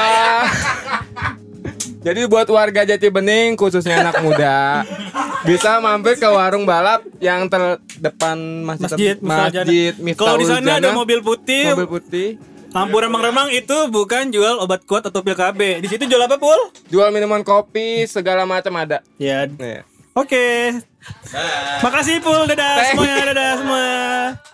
Jadi buat warga Jati Bening khususnya anak muda bisa mampir ke warung balap yang terdepan masjid Masjid, masjid Miftahul Kalau di Miftahul sana ada Jannah. mobil putih, mobil putih, lampu remang-remang itu bukan jual obat kuat atau pil K B. Di situ jual apa, Pul? jual minuman kopi segala macam ada. Ya. Nih. Oke. Makasih Pul, dadah Thank semuanya, dadah semua.